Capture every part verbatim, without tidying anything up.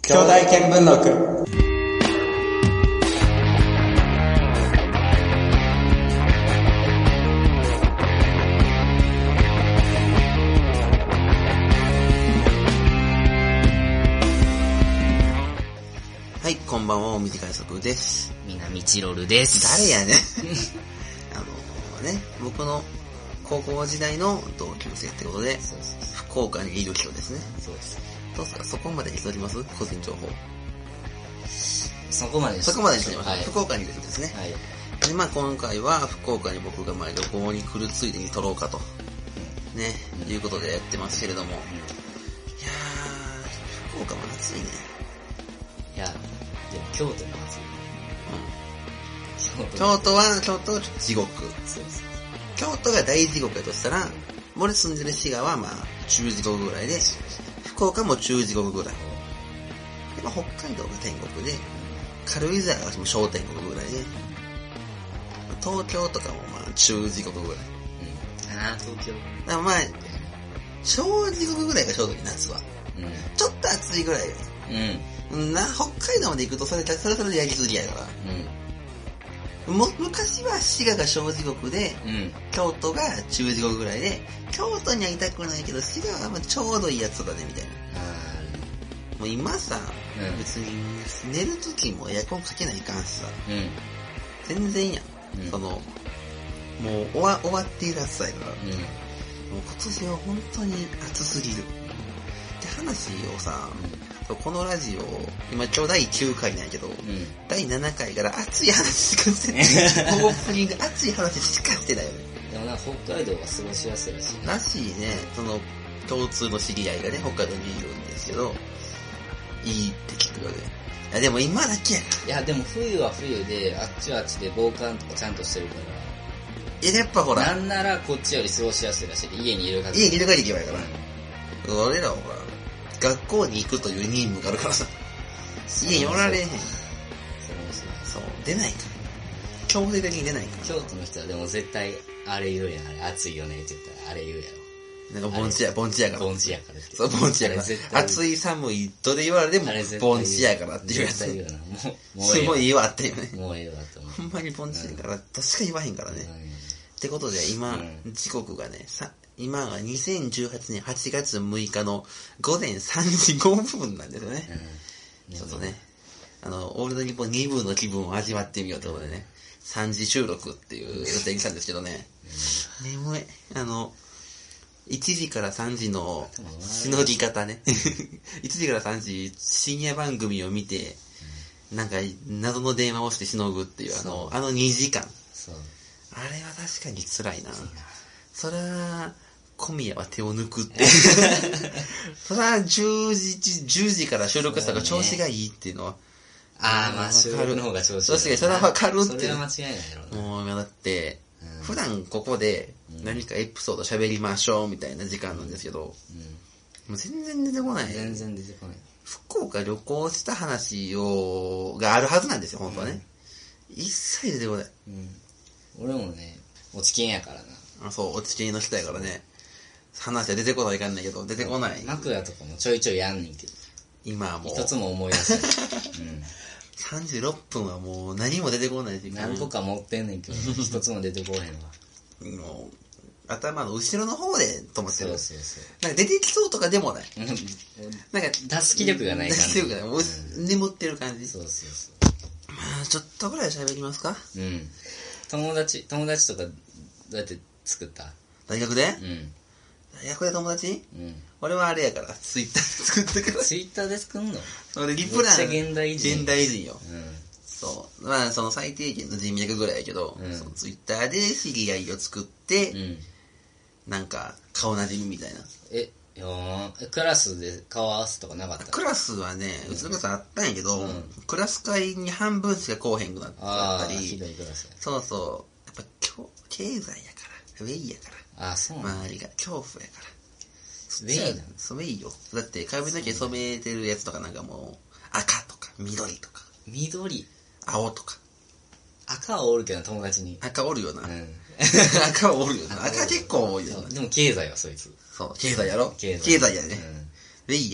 兄弟見聞録。 はい、こんばんは、おみじ快速です。 みなみちろるです。 誰やねん。あのね、僕の高校時代の同級生ってことで、そうそうそう、福岡にいる人ですね。そうです。どうですか、そこまでにしております？個人情報。 そこまでにそこまでにしております、 はい。 福岡にいる人ですね。はい。で、まあ今回は福岡に僕がまあ旅行に来るついでに撮ろうかと、うん、ね、うん、いうことでやってますけれども、うん、いやー、福岡も暑いね。 いや、でも京都も暑い。 うん。京都は、京都は地獄。そうです。京都が大地獄やとしたら、俺住んでる滋賀はまあ中地獄ぐらいで、福岡も中地獄ぐらい。で、まあ、北海道が天国で、軽井沢が小天国ぐらいで、東京とかもまあ中地獄ぐらい。 うん。ああ、東京。だからまあ、小地獄ぐらいがちょうどいい、夏は。うん。ちょっと暑いぐらいがいい。うん。な、北海道まで行くとそれ、それそれでやりすぎやから。うん。も、昔は滋賀が小地獄で、うん、京都が中地獄ぐらいで、京都にはいたくないけど、滋賀はまあちょうどいいやつだね、みたいな。もう今さ、うん、別に寝るときもエアコンかけないかんしさ、うん、全然やん、うん。その、もう終わ、終わっている暑さやから、うん、もう今年は本当に暑すぎる。って話をさ、うん、このラジオ、今今日だいきゅうかいなんやけど、うん、だいななかいから熱い話しかしてない。オープニング熱い話しかしてないよね。 でもなんか北海道は過ごしやすいらしい。 らしいね。その、共通の知り合いがね、北海道にいるんですけど、いいって聞くよね。いやでも今だけやな。 いやでも冬は冬で、あっちはあっちで防寒とかちゃんとしてるから。 いややっぱほら。 なんならこっちより過ごしやすいらしい。家にいる限り。家にいる限り行けばいいから。うん、俺らはほら、学校に行くという任務があるからさ。家におられへん。そうそう。出ないから。強制的に出ないから。 京都の人はでも絶対、あれ言うやん。あれ暑いよねって言ったらあれ言うやろ。 なんか盆地や、盆地やから。 盆地やからって。 そう、盆地やから。暑い寒いとで言われても、盆地やからっていうやつ。 言うな。もう、 すごいいいわっていうね。 もういいわと思う。 ほんまに盆地やから、確か言わへんからね。ってことで、今、時刻がね、さ、今がにせんじゅうはちねんはちがつむいかのごぜんさんじごふんなんですよね。ちょっとね、あの、オールドニッポンに部の気分を味わってみようということでね、さんじ収録っていう予定にしたんですけどね、眠い。あの、いちじからさんじのしのぎ方ね。いちじからさんじ深夜番組を見て、なんか謎の電話をしてしのぐっていうあの、あのにじかん。そう。あれは確かに辛いな。それは、小宮は手を抜くって。それはじゅうじ、じゅうじから収録したら調子がいいっていうのは。 ああ、まあ収録の方が調子がいい。 調子がいい。それはわかるって。それは間違いないやろな。もうだって、普段ここで何かエピソード喋りましょうみたいな時間なんですけど、うん、もう全然出てこない。 全然出てこない。 福岡旅行した話を、があるはずなんですよ、本当はね。うん、一切出てこない。うん、 俺もね、落ち研やからな。 あ、そう、落ち研の人やからね。話は出てこないかんないけど、出てこない。 枕とかもちょいちょいやんねんけど。 今はもう。 一つも思い出せない。 うんさんじゅうろっぷんはもう何も出てこないし。 何個か持ってんねんけど、一つも出てこへんわ。もう、頭の後ろの方で止まってる。 そうそうそう。 なんか出てきそうとかでもない。 なんか、出す気力がない感じ。 出す気力がない。もう、うん、眠ってる感じ。 そうそうそう。 まあ、ちょっとぐらい喋りますか？ うん。友達、友達とか、どうやって作った？ 大学で？うん。大学で友達？うん。俺はあれやから、ツイッターで作ったから。 ツイッターで作んの？ 俺リプラン。 めっちゃ現代人。 現代人よ。うん。そう。まあ、その最低限の人脈ぐらいやけど、うん、そのツイッターで知り合いを作って、うん、なんか、顔なじみみたいな。 え、いやクラスで顔合わせとかなかった？ クラスはね、うちのクラスあったんやけど、うん、クラス会に半分しか来おへんくなったり。 ああ、ひどいクラス。 そうそう。やっぱ、経済やから、ウェイやから。 ああ、そうなんだ。 周りが恐怖やから。 ウェイなの？ そう、ウェイよ。だって、髪の毛染めてるやつとかなんかもう、赤とか、緑とか。 緑？ 青とか。 赤はおるけど友達に。 赤おるよな。うん、赤はおるよな。赤結構多いよな。 でも経済はそいつ。 そう、経済やろ？ 経済。 経済やね。うん、ウェイやね。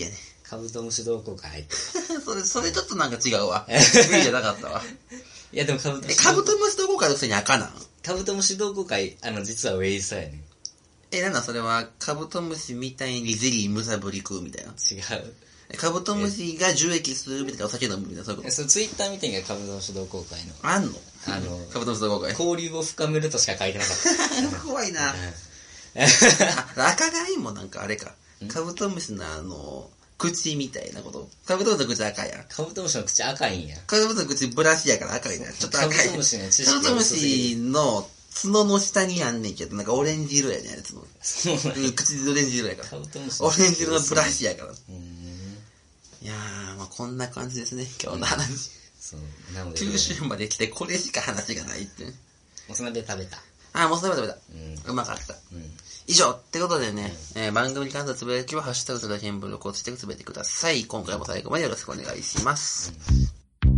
カブトムシ同好会入ってる。 それ、それちょっとなんか違うわ。無理じゃなかったわ。 いやでもカブトムシ。 カブトムシ同好会のくせに赤なん？ カブトムシ同好会、あの、実はウェイサーやねん。 え、なんだそれは、カブトムシみたいにゼリーむさぶり食うみたいな。 違う。 カブトムシが樹液するみたいなお酒飲むみたいな、そういうこと。 そう、ツイッター見てんがカブトムシ同好会の。 あんのあの、 カブトムシ同好会。 交流を深めるとしか書いてなかった。 怖いな。赤貝もなんかあれか。カブトムシのあの、口みたいなこと。カブトムシの口赤いやん。 カブトムシの口赤いんや。 カブトムシの口ブラシやから赤いな。ちょっと赤い。 カブトムシの知識カブトムシの角の下にあんねんけど、なんかオレンジ色やねん、やつの。 そうなんや。 口オレンジ色やから。 カブトムシオレンジ色のブラシやから。 うん。 いやー、まあこんな感じですね、今日の話。 そう。なので。 九州まで来てこれしか話がないって。 もつ鍋食べた。 あ、もうそれは食べた。 うん。 うまかった。 うん。 以上ってことでね、うん、えー、番組に関するつぶやきは、ハッシュタグとだけんぶ録をつけてつぶやいてください。今回も最後までよろしくお願いします。うん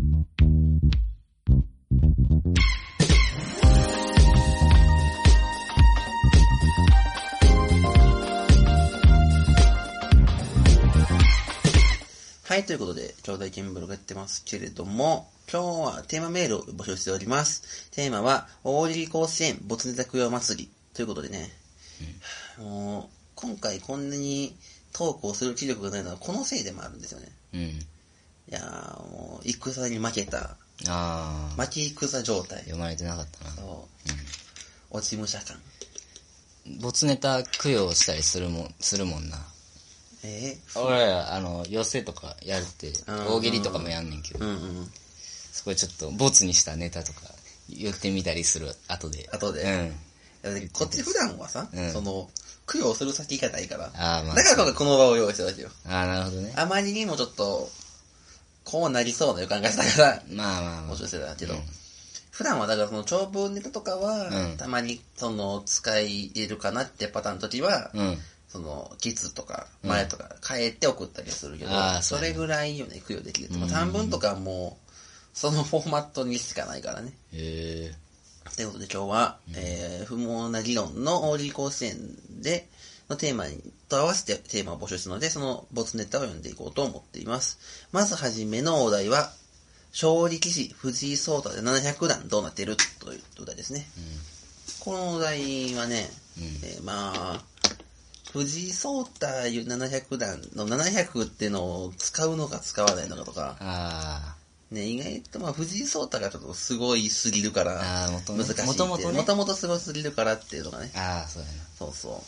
はい、ということで、兄弟見聞録やってますけれども、今日はテーマメールを募集しております。テーマは、大喜利甲子園没ネタ供養祭りということでね、うん、もう、今回こんなにトークをする気力がないのはこのせいでもあるんですよね。うん。いやー、もう、戦に負けた、あ負け戦状態。 読まれてなかったな。そう。 うん。落ち武者感。 没ネタ供養したりするもん、するもんな。えー、俺ら、あの、寄せとかやるって、大喜利とかもやんねんけど、うんうん、そこでちょっと、ボツにしたネタとか言ってみたりする、後で。 後で。うん。こっち普段はさ、うん、その、供養する先がないから。あまあ、だから今回この場を用意したわけよ。 ああ、なるほどね。 あまりにもちょっと、こうなりそうな予感がしたから、 まあまあまあ。 もちろんしてたけど、うん、普段はだからその長文ネタとかは、うん、たまにその、使い入れるかなってパターンの時は、うんその、キツとか、前とか変えて送ったりするけど、うん、それぐらいよね、供養できる。短文とかも、そのフォーマットにしかないからね。へー。ということで今日は、うん、えー、不毛な議論の大喜利甲子園で、のテーマに、と合わせてテーマを募集するので、その没ネタを読んでいこうと思っています。まずはじめのお題は、勝利棋士藤井聡太でななひゃくだんどうなってるというお題ですね。うん、このお題はね、うんえー、まあ、藤井聡太いうななひゃくだんのななひゃくっていうのを使うのか使わないのかとか、あね、意外とまあ藤井聡太がちょっとすごいすぎるから難しいって。もともとね。もともとすごすぎるからっていうのがね。ああ、そうやな。そうそう。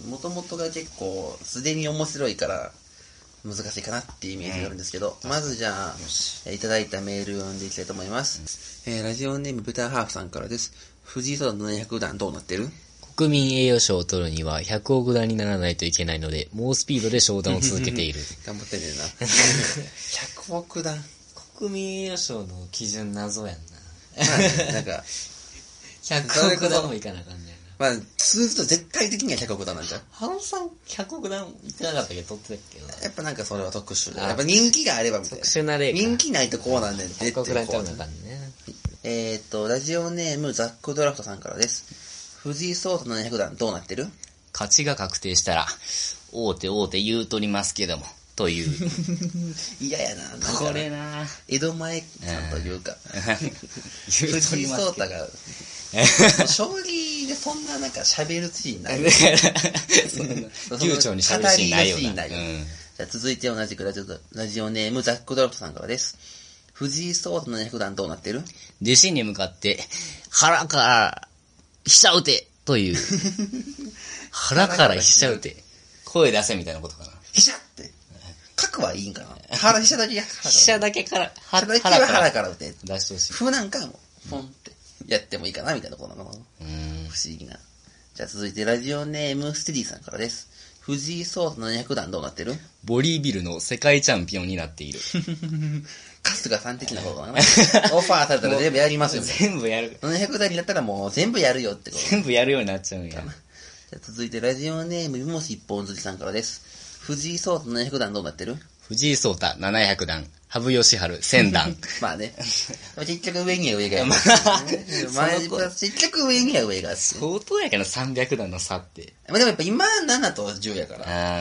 もともとが結構すでに面白いから難しいかなっていうイメージがあるんですけど、うん、まずじゃあ、いただいたメールを読んでいきたいと思います。うん、えー、ラジオネームブターハーフさんからです。藤井聡太のななひゃくだんどうなってる？ 国民栄誉賞を取るにはひゃくおくだんにならないといけないので、猛スピードで商談を続けている。 頑張ってねえな。ひゃくおくだん。 国民栄誉賞の基準謎やんな。 まあ、なんか、 ひゃくおくだんもいかなあかんねんな。まあ、数字と絶対的にはひゃくおくだんなんじゃん。 ハロさんひゃくおくだんいってなかったっけど、取ってたっけどな。 やっぱなんかそれは特殊で。やっぱ人気があればみたいな。 特殊な例か。 人気ないとこうなんだよね。 ひゃくおくだんちゃうのかんね。 えーっと、ラジオネームザックドラフトさんからです。藤井聡太ななひゃくだんどうなってる？ 勝ちが確定したら、大手大手言うとりますけども、という。 嫌やな。なんかこれな江戸前さんというか、藤井聡太が、将棋でそんななんか喋るシーンない。 流暢に喋るシーンないよな。 うん、じゃあ続いて同じくラジオ、ラジオネームザックドラフトさんからです。藤井聡太ななひゃくだんどうなってる？ 弟子に向かって、腹から、飛車打てという。腹から飛車打て。声出せみたいなことかな。 飛車って。書くはいいんかな。腹、飛車だけや飛車だけから、 腹だけは腹から打て。 出してほしい。 風なんかも、ポンってやってもいいかなみたいなことなのかな。うん。不思議な。じゃあ続いてラジオネームステディさんからです。藤井聡太ななひゃくだんどうなってる？ ボディービルの世界チャンピオンになっている。 春日さん的なことかな。オファーされたら全部やりますよ。 全部やる。 ななひゃくだんになったらもう全部やるよってこと。 全部やるようになっちゃうんや。 じゃあ続いてラジオネームみもし一本釣りさんからです。藤井聡太ななひゃくだんどうなってる？ 藤井聡太ななひゃくだん。 羽生善治、千段。 まあね。結局上には上がいる。まあ、結局上には上があって。 相当やけどさんびゃくだんの差って。 まあでもやっぱ今ななとじゅうやから。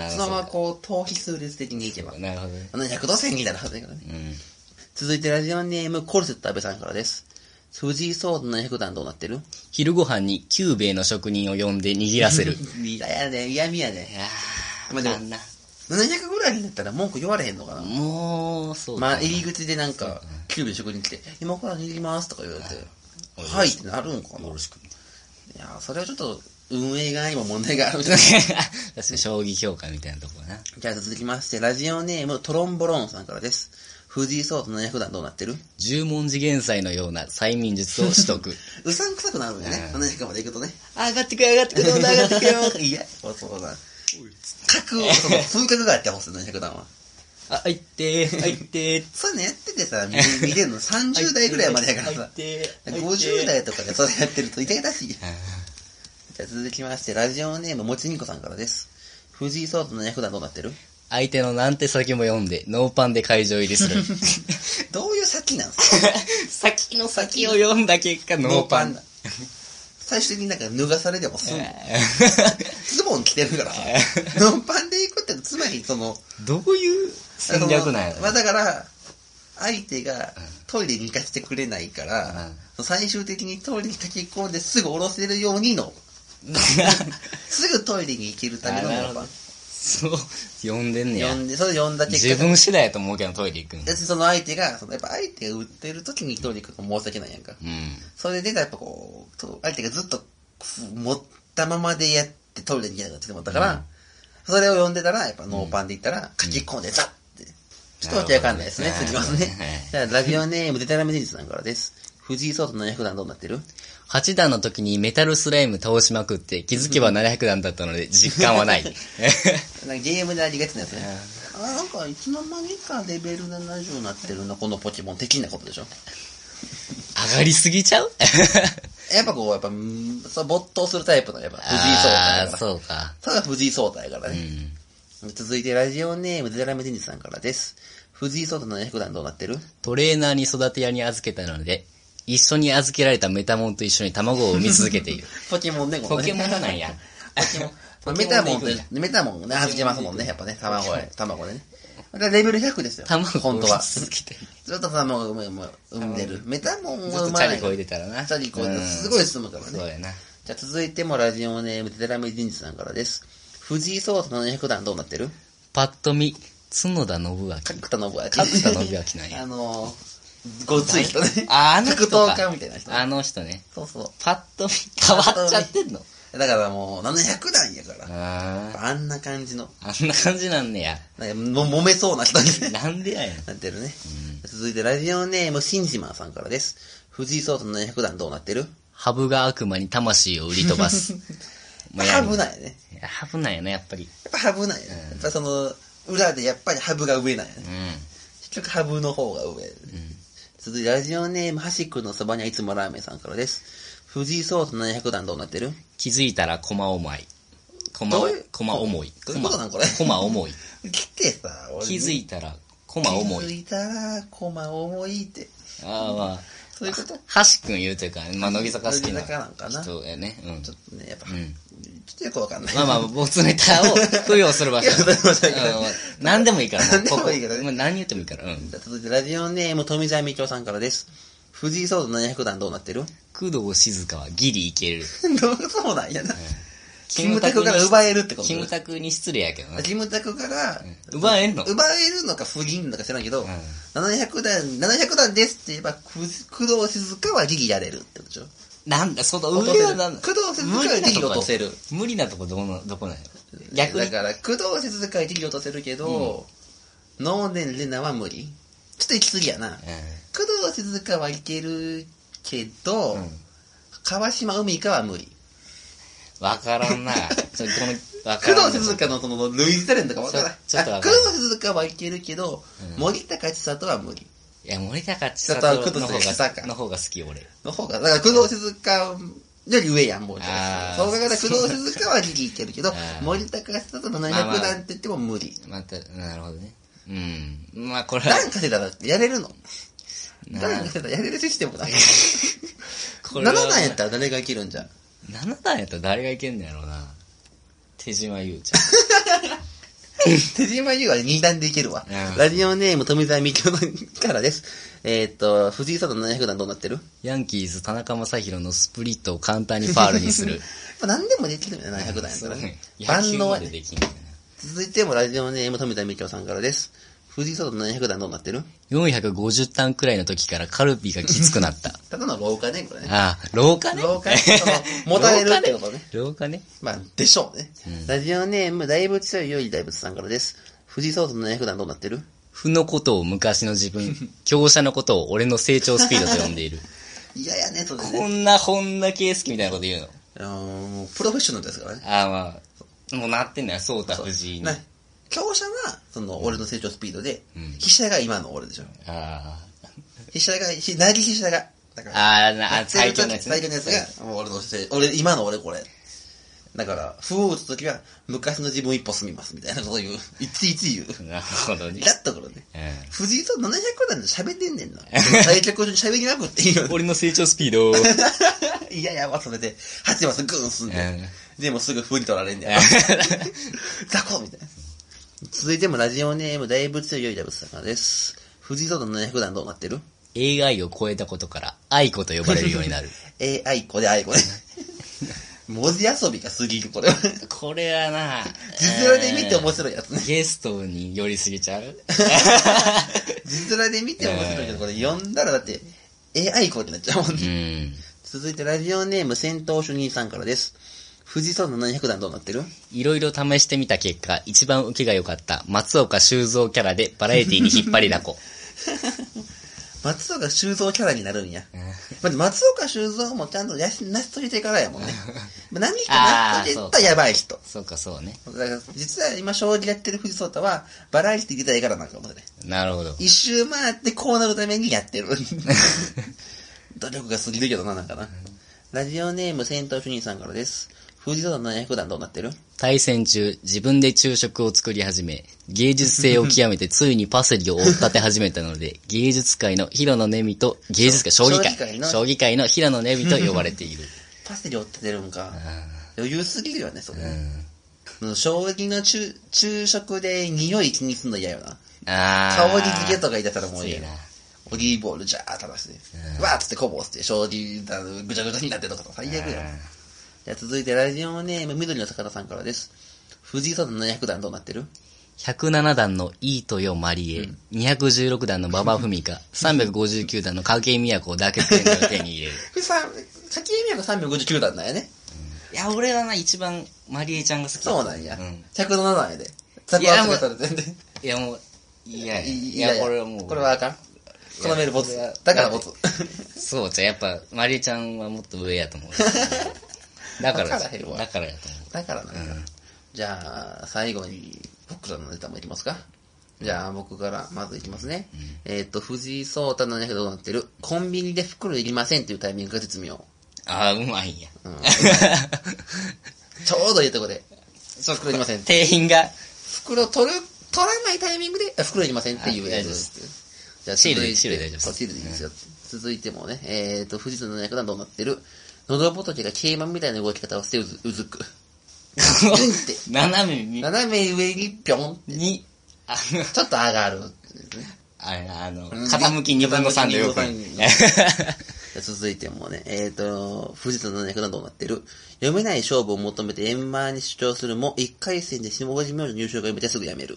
そのままこう、逃避数列的にいけば。 なるほどね。 ななひゃくとせんになるはずだからね。うん。続いてラジオネーム、コルセット安倍さんからです。藤井聡太ななひゃくだんどうなってる？ 昼ご飯に久兵衛の職人を呼んで握らせる。 嫌やね、嫌味やね。いやー、まあでも、ななひゃくぐらいになったら文句言われへんのかな？ もう、そうまあ、入り口でなんか、久兵衛の職人来て、今から握りますとか言われて、はいってなるんかな？よろしく。いやー、それはちょっと、運営側にも問題があるじゃない。 確かに将棋評価みたいなところな。 じゃあ続きまして、ラジオネーム、トロンボローンさんからです。藤井聡太ななひゃくだんどうなってる？ 十文字幻斎のような催眠術を取得。 うさんくさくなるんだよね。ななひゃくまで行くとね。 上がってくよ、上がってくよ、上がってくよ。 いや、そうだ。格を、その風格があってほしい、ななひゃくだんは。 あ、いってー、あいってー。 そういうのやっててさ、見れるのさんじゅうだいぐらいまでやからさ。ごじゅうだいとかでそれやってると痛々しい。じゃあ続きまして、ラジオネーム、もちにこさんからです。藤井聡太ななひゃくだんどうなってる？ 相手のなんて先も読んで、ノーパンで会場入りする。 どういう先なんすか？ 先の先を読んだ結果、ノーパン。 最終的になんか脱がされてもすんの。ズボン着てるからさ。ノーパンで行くってつまりその、 どういう戦略なんやろ？ まあだから、相手がトイレに行かせてくれないから、うん、最終的にトイレに駆け込んですぐ下ろせるようにの、すぐトイレに行けるためのノーパン。 そう、呼んでんねや。 呼んで、それ呼んだ結果。自分次第やと思うけどトイレ行くん。 だってその相手が、そのやっぱ相手が売ってる時にトイレ行くの申し訳ないやんか。うん。それでやっぱこう、相手がずっと持ったままでやってトイレに行けなくなって思ったから、うん、それを呼んでたら、やっぱノーパンで行ったら、駆け込んでザッって。ちょっとわけわかんないですね、次はね。じゃあラジオネームデタラメデニスさんからです。藤井聡太ななひゃくだんどうなってる？ はちだんの時にメタルスライム倒しまくって気づけばななひゃくだんだったので実感はない。なんかゲームでありがちなやつね。あ、なんかいつの間にかレベルななじゅうになってるな、このポケモン的なことでしょ。 上がりすぎちゃう？ やっぱこう、やっぱ、そう没頭するタイプのやっぱ藤井聡太やから。 あ、そうか。 ただ藤井聡太やからね。うん、続いてラジオネームデラメデニスさんからです。藤井聡太ななひゃくだんどうなってる？トレーナーに育て屋に預けたので、一緒に預けられたメタモンと一緒に卵を産み続けている。 ポケモンね、 これ。ポケモンなんや。 ポケモン。メタモンって、メタモンね、預けますもんね、やっぱね、卵で、卵でね。だからレベルひゃくですよ。 卵本当は。ずっと卵を産んでる。メタモンは産まない。 ずっとチャリこいでたらな。 チャリこいで、すごい進むからね。 そうやな。 じゃあ続いてもラジオネーム、デラメディンジさんからです。藤井聡太ななひゃくだんどうなってる？ パッと見、角田信明。 角田信明。 角田信明なんや。 あのー、ごつい人ね。 あ、あの人か。 格闘家みたいな人。 あの人ね。 そうそう。 パッと見、変わっちゃってんの？ だからもう、ななひゃくだんやから。ああんな感じの。 あんな感じなんねや。 なんかも、揉めそうな人にね。 なんでやねん。 なってるね。うん、続いてラジオネーム、シンジマンさんからです。藤井聡太のななひゃくだんどうなってる？ ハブが悪魔に魂を売り飛ばす。 ハブなんやね。 ハブなんやね、やっぱり。 やっぱハブなんやね。うん、やっぱその、裏でやっぱりハブが上なんやね。うん、結局ハブの方が上。うん、続いてラジオネーム、端っこのそばにはいつもラーメンさんからです。藤井聡太ななひゃくだんどうなってる？ 気づいたら駒重い。駒重い。駒重い。 どういうことなんこれ？ 駒重い。 来てさ、 気づいたら駒重い。 気づいたら駒重いって。 ああ、まあ。 そういうこと？ 橋くん言うというか、まあ、乃木坂好きな人やね。うん。 ちょっとね、やっぱ、うん、ちょっとよくわかんない。 まあまあ、ボツネタを供養する場所。何でもいいから。 何でもいいからね。 何言ってもいいから。うん。 続いてラジオネーム、富澤美京さんからです。藤井聡太ななひゃくだんどうなってる？ 工藤静香はギリいける。 どうそうなんやな。キムタクから奪えるってこと？ キムタクに失礼やけどな。 キムタクから、 うん、奪えんの？ 奪えるのか不義のか知らんけど、うん、ななひゃくだん、ななひゃくだんですって言えば、工藤静香はギリやれるってことでしょ？ なんだ、その上はなんだ。工藤静香はギリ落とせる。 無理なとこどこの、どこなんやろ？逆に。 だから、工藤静香はギリ落とせるけど、うん、能年玲奈は無理。ちょっと行き過ぎやな。うん、工藤静香はいけるけど、うん、川島海香は無理。 わからんな。ちょっとこの、 わからん。工藤静香のその、類似タレントかわからん。ちょっとわからん。工藤静香はいけるけど、うん、森高千里は無理。 いや、森高千里の方が、の方が好き、俺。 の方が、だから工藤静香より上やん、もう。そうだから工藤静香はギリいけるけど、森高千里のななひゃくだんって言っても無理。 また、なるほどね。 うん。まあこれは。 段稼いだらやれるの段稼いだらやれるシステムだ。ななだんやったら誰がいけるんじゃん。 ななだんやったら誰がいけんのやろうな。手島優ちゃん。 手島優はにだんでいけるわ。うん、ラジオネーム富澤美京からです。えー、っと、藤井聡太ななひゃくだんどうなってる？ ヤンキース田中将大のスプリットを簡単にファールにする。 何でもできるんだよ、ななひゃくだんやったらね。万能はね。続いてもラジオネーム富田美京さんからです。藤井聡太ななひゃくだんどうなってる？ よんひゃくごじゅう 段くらいの時からカルビがきつくなった。 ただの廊下ね、これね。 ああ、廊下ね。 廊下ね。その、持たれるってことね。 廊下ね。 まあ、でしょうね。うん、ラジオネーム、大仏強いよい大仏さんからです。藤井聡太のななひゃくだんどうなってる？ 負のことを昔の自分、強者のことを俺の成長スピードと呼んでいる。 いややね、それね。 こんな本田圭佑みたいなこと言うの。 あのー、プロフェッショナルですからね。 ああ、まあ、もうなってんだよ、聡太藤井に。 強者は、その、俺の成長スピードで、うん、飛車が今の俺でしょ。ああ。飛車が、なぎ飛車が。 だからああ、な、最強のやつ、 ね。最強のやつが、もう俺の成長、俺、今の俺これ。だから、歩を打つときは、昔の自分一歩進みます、みたいなこと言う。いちいち言う。 なるほどね。 だったからね。うん、藤井さんななひゃくだんで喋ってんねんな。対局中に喋りまくっていいよ。 俺の成長スピード。 いやいや、まあ、それで、はちマスグーンすんで。うん、でもすぐ歩に取られんねん。ザコみたいな。続いてもラジオネーム大仏よい大仏さんからです。藤井聡太のななひゃくだんどうなってる？ エーアイ を超えたことから愛子と呼ばれるようになる。 エーアイ 子で愛子ね。文字遊びが過ぎる、これは。 これはな、 実面で見て面白いやつね。 ゲストに寄りすぎちゃう？ 実面で見て面白いけど、これ読んだらだって エーアイ 子になっちゃうもんね。うん、続いてラジオネーム戦闘主任さんからです。藤井聡太のななひゃくだんどうなってる？ いろいろ試してみた結果、一番受けが良かった松岡修造キャラでバラエティに引っ張りだこ。 松岡修造キャラになるんや。まず松岡修造もちゃんとやし、なしといてからやもんね。何かなしといてたらやばい人。 そうか、そうね。 だから実は今将棋やってる藤井聡太は、バラエティ出たいからなんかもね。 なるほど。 一周回ってこうなるためにやってる。努力が過ぎるけどな、なんかな。ラジオネーム戦闘主任さんからです。藤井聡太のななひゃくだんどうなってる？ 対戦中、自分で昼食を作り始め、芸術性を極めてついにパセリを追っ立て始めたので、芸術界の平野レミと、芸術界、将棋界、将棋界の平野レミと呼ばれている。 パセリ追っ立てるんか。余裕すぎるよね、それ。うん、将棋の昼、昼食で匂い気にすんの嫌よな。あ香り漬けとか言い出したらもういいな。オリーブオイルジャー垂らして、わーっつってこぼして、将棋だぐちゃぐちゃになってとか最悪や。じゃあ続いてラジオネーム緑の魚さんからです。藤井聡太のななひゃくだんどうなってる？ ひゃくななだんのいいとよマリエ、うん、にひゃくじゅうろくだんの馬場文香、さんびゃくごじゅうきゅうだんの筧美和子をだけ手に入れる。 筧美和子さんびゃくごじゅうきゅうだんなんやね。 うん、いや、俺はな、一番マリエちゃんが好き。 そうなんや。うん、ひゃくななだんやで。 いや、もう、いや、もう、いや、いや、これはもう。 これはあかん。このメールボツ。だからボツ。 そうじゃ、やっぱ、マリエちゃんはもっと上やと思う。だから、だからやと思う。 だからなんか、うん、じゃあ、最後に、僕らのネタもいきますか。じゃあ、僕からまずいきますね。うん、えっ、ー、と、藤井聡太のななひゃくどうなってる？コンビニで袋いりませんっていうタイミングが絶妙。 ああ、うまいんや。うん、 ちょうどいいとこで、袋いりません。 店員が、 袋取る、取らないタイミングで、袋いりませんっていうやつ。 じゃあ、シールで、シールで大丈夫です。 シールでいいですよ。うん、続いてもね、えっ、ー、と、藤井聡太のななひゃくだんどうなってる？喉仏がケイマンみたいな動き方をしてうず、うずく。 斜めに。 斜め上にぴょんって。に、あの、ちょっと上がる、ね。 あれな、あの、傾きにぶんのさんでよく。 続いてもね、えっ、ー、と、藤田のななひゃくだんどうなってる？読めない勝負を求めて円満に主張するも、いっかい戦で下降り明星入賞が読めてすぐやめる。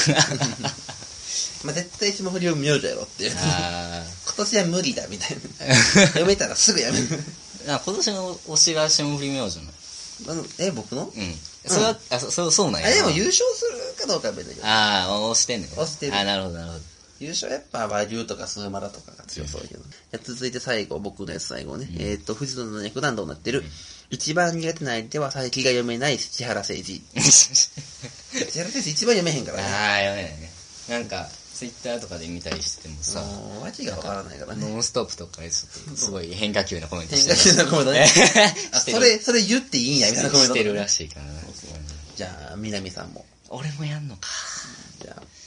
まあ、絶対霜降り明星やろっていう。今年は無理だみたいな。読めたらすぐやめる。 今年の推しが霜降り明星なの？え、僕の？ うん。それは、うん、あ、そ、そうなんや。 あ、でも優勝するかどうかは別に。 ああ、推してんねん。 推してる。 あ、なるほど、なるほど。 優勝やっぱ和牛とかスーマラとかが強そうだけど。うん、じゃ続いて最後、僕のやつ最後ね。うん、えっ、ー、と、藤田のななひゃくだんどうなってる？うん、一番苦手な相手は最近が読めない千原誠二。千原誠二一番読めへんからね。 ああ、読めないね。なんか、ツイッターとかで見たりしててもさ、 もう訳がわからないからね。 ノンストップとかでちょっとすごい変化球なコメントしてる。変化球なコメントね。あ、それ、それ言っていいんやみたいなコメント。 してるらしいからな。 じゃあ、南さんも。 俺もやんのか。 じゃあ、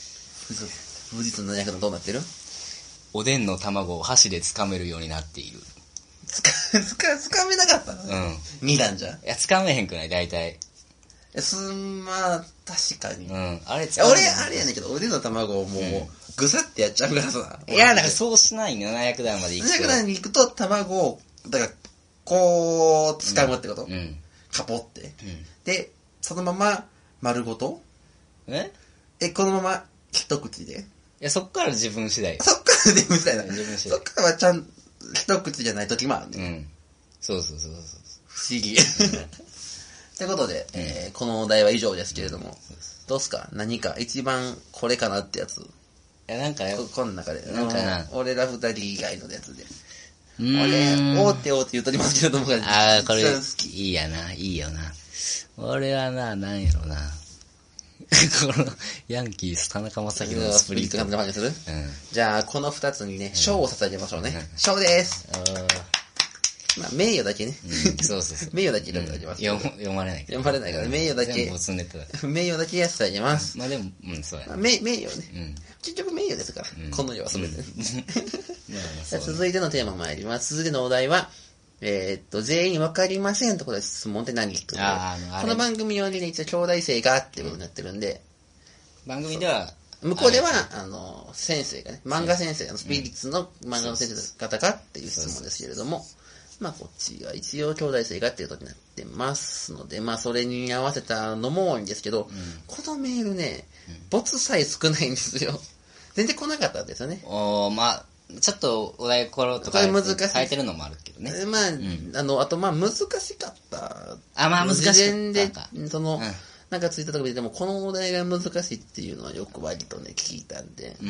無実の役のどうなってる？ おでんの卵を箸で掴めるようになっている。 つか、つか、つかめなかったの？うん。二段じゃん。いや、掴めへんくない大体。 すん、まあ、確かに。 うん。あれ掴め俺、あれやねんけど、おでんの卵をもう、うん、ぐさってやっちゃうからさ。 いや、だからそうしないのよ、ななひゃくだんまで行くと。 ななひゃくだんに行くと、卵を、だから、こう、掴むってこと？うん。うん、カポって。うん。で、そのまま、丸ごと？え？え、このまま、一口で？ いや、そっから自分次第。 そっから自分次第だ。自分次第。そっからはちゃん、一口じゃない時もあるね。うん。 そうそうそうそう。 不思議。ということで、えー、このお題は以上ですけれども、どうすか？何か一番これかなってやつ。いや、なんかこ、この中で。 なんかな。 俺ら二人以外のやつで。俺、大手大手言うとりますけれども、 ああ、これ、いいやな、いいよな。俺はな、なんやろな。この、ヤンキース、田中将大のスプリット。 感じにする？うん。じゃあ、この二つにね、賞を捧げましょうね。賞です。まあ、名誉だけね。 そうそうそう。 名誉だけいただきます。 読まれないけど。読まれないから、名誉だけ。名誉だけ捧げます。 まあでも、うん、そうや。 名誉ね。結局名誉ですから、この世はすべて。続いてのテーマ参ります。続いてのお題は、えー、っと、全員わかりませんところで質問って何というこの番組用にね、一応兄弟生がっていうことになってるんで、 番組では、 向こうでは、あの、先生がね、漫画先生、スピリッツの漫画の先生方がっていう質問ですけれども、まあ、こっちが一応兄弟生がっていうことになってますので、まあ、それに合わせたのも多いんですけど、うん、このメールね、ボツさえ少ないんですよ。全然来なかったんですよね。 おー、まあ、ちょっとお題ころとか難しい変えてるのもあるけどね。 まあ、うん、あの、あとまあ難しかった。 あ、まあ難しかった。 事前で、その、うん、なんかツイッターとか見ても、このお題が難しいっていうのはよく割とね、聞いたんで。うん。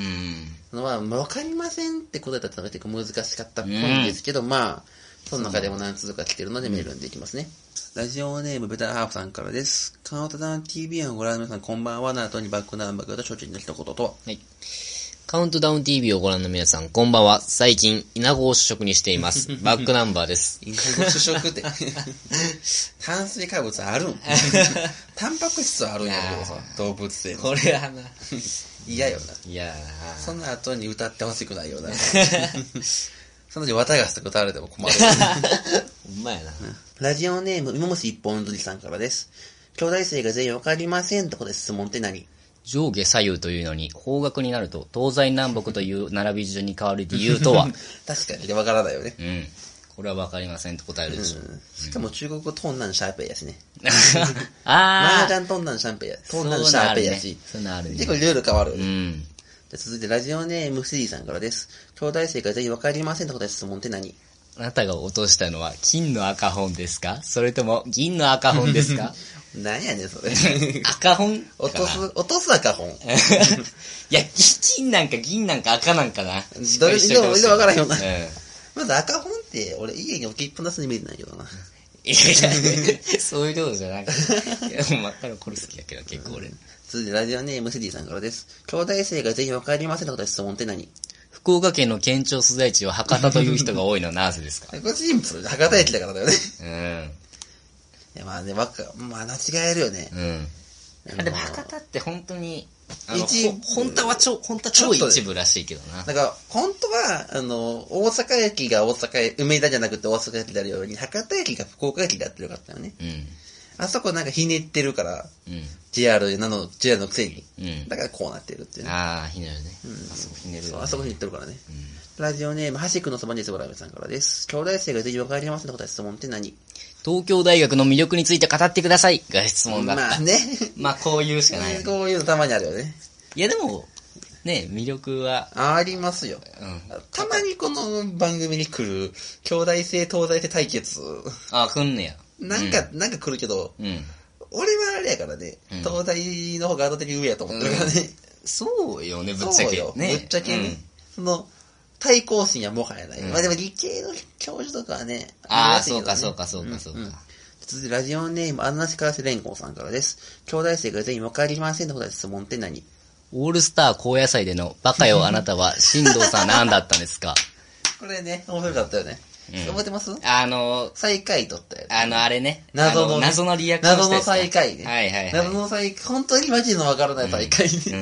まあ、わかりませんって答えたら結構難しかったっぽいんですけど、うん、まあ、その中でも何通か来てるのでメールでいきますね。うん、ラジオネームベターハーフさんからです。カウントダウン ティービー をご覧の皆さんこんばんは。な後にバックナンバーと初見の一言とは。はい。 カウントダウン ティービー をご覧の皆さん、こんばんは。最近、イナゴを主食にしています。バックナンバーです。 イナゴ主食って。炭水化物あるんタンパク質あるんやけどさ、動物性の。 これはな。 嫌よな。 嫌やな。 その後に歌ってほしくないよな。その時、綿菓子とか歌われても困る。 ほんまやな。 ラジオネーム、芋虫一本釣りさんからです。兄弟生が全員わかりませんとこで質問って何？ 上下左右というのに、方角になると東西南北という並び順に変わる理由とは？ 確かにわからないよね。 うん。これはわかりませんと答えるでしょ。うん、 しかも中国語トンナンシャーペイやしね。 ああ。麻雀トンナンシャーペイや。トンナンシャーペイやし。 そうなるね。 結構ルール変わるよね。うん。続いてラジオネームフリーさんからです。兄弟生が全員わかりませんと答える質問って何？ あなたが落としたのは金の赤本ですか？それとも銀の赤本ですか？ なんやねんそれ。 赤本落とす、落とす赤本。いや、金なんか銀なんか赤なんかな。 どれでも分からへんよな。うん、まず赤本って、俺家に置きっぱなしに見えてないけどな。 いやいや、そういうことじゃなくて。いや、もう真っ赤なこれ好きやけど、結構俺。 続いてラジオネームスディさんからです。兄弟生がぜひ分かりませんのこと質問って何？ 福岡県の県庁所在地を博多という人が多いのはなぜですか？ これシンプルで博多駅だからだよね。うん。いやまあね、わか、まあ間違えるよね。 うん。でも博多って本当に、あの、本当は超、本当は超一部らしいけどな。 だから、本当は、あの、大阪駅が大阪駅、梅田じゃなくて大阪駅であるように、博多駅が福岡駅でやってるかったよね。うん。あそこなんかひねってるから、うん、ジェイアール なの、ジェイアール のくせに。うん。だからこうなってるっていうね。 ああ、ひねるね。うん。あそこひねる、ね。 そう、あそこひねってるからね。うん。ラジオネーム、端くのそばにすばらめさんからです。兄弟生がぜひ分かりますのことは質問って何？ 東京大学の魅力について語ってくださいが質問だった。 まあね。 まあこういうしかない。 こういうのたまにあるよね。 いやでも、ね、魅力は。 ありますよ。うん。たまにこの番組に来る、兄弟生、東西生対決。 ああ、来んねや。 なんか、うん、なんか来るけど、うん。俺はあれやからね、うん、東大の方が圧倒的に上やと思ってるからね。うん、 そうよね、ぶっちゃけ。 そうよ、ね、ぶっちゃけね。うん、その、対抗心はもはやない。うん、まあでも理系の教授とかはね。 ああ、ね、そうかそうかそうかそうか。うんうん、 続いてラジオネーム、あんなしからせれんこうさんからです。兄弟生が全員わかりませんのことで質問って何？ オールスター高野菜でのバカよあなたは、新藤さん何だったんですか？ これね、面白かったよね。うん、覚えてます？ あの、 最下位取ったやつ。 あの、あれね。 謎の、 謎のリアクション謎の最下位ね。 はいはいはい。 謎の最下位、本当にマジのわからない最下位ね。うん。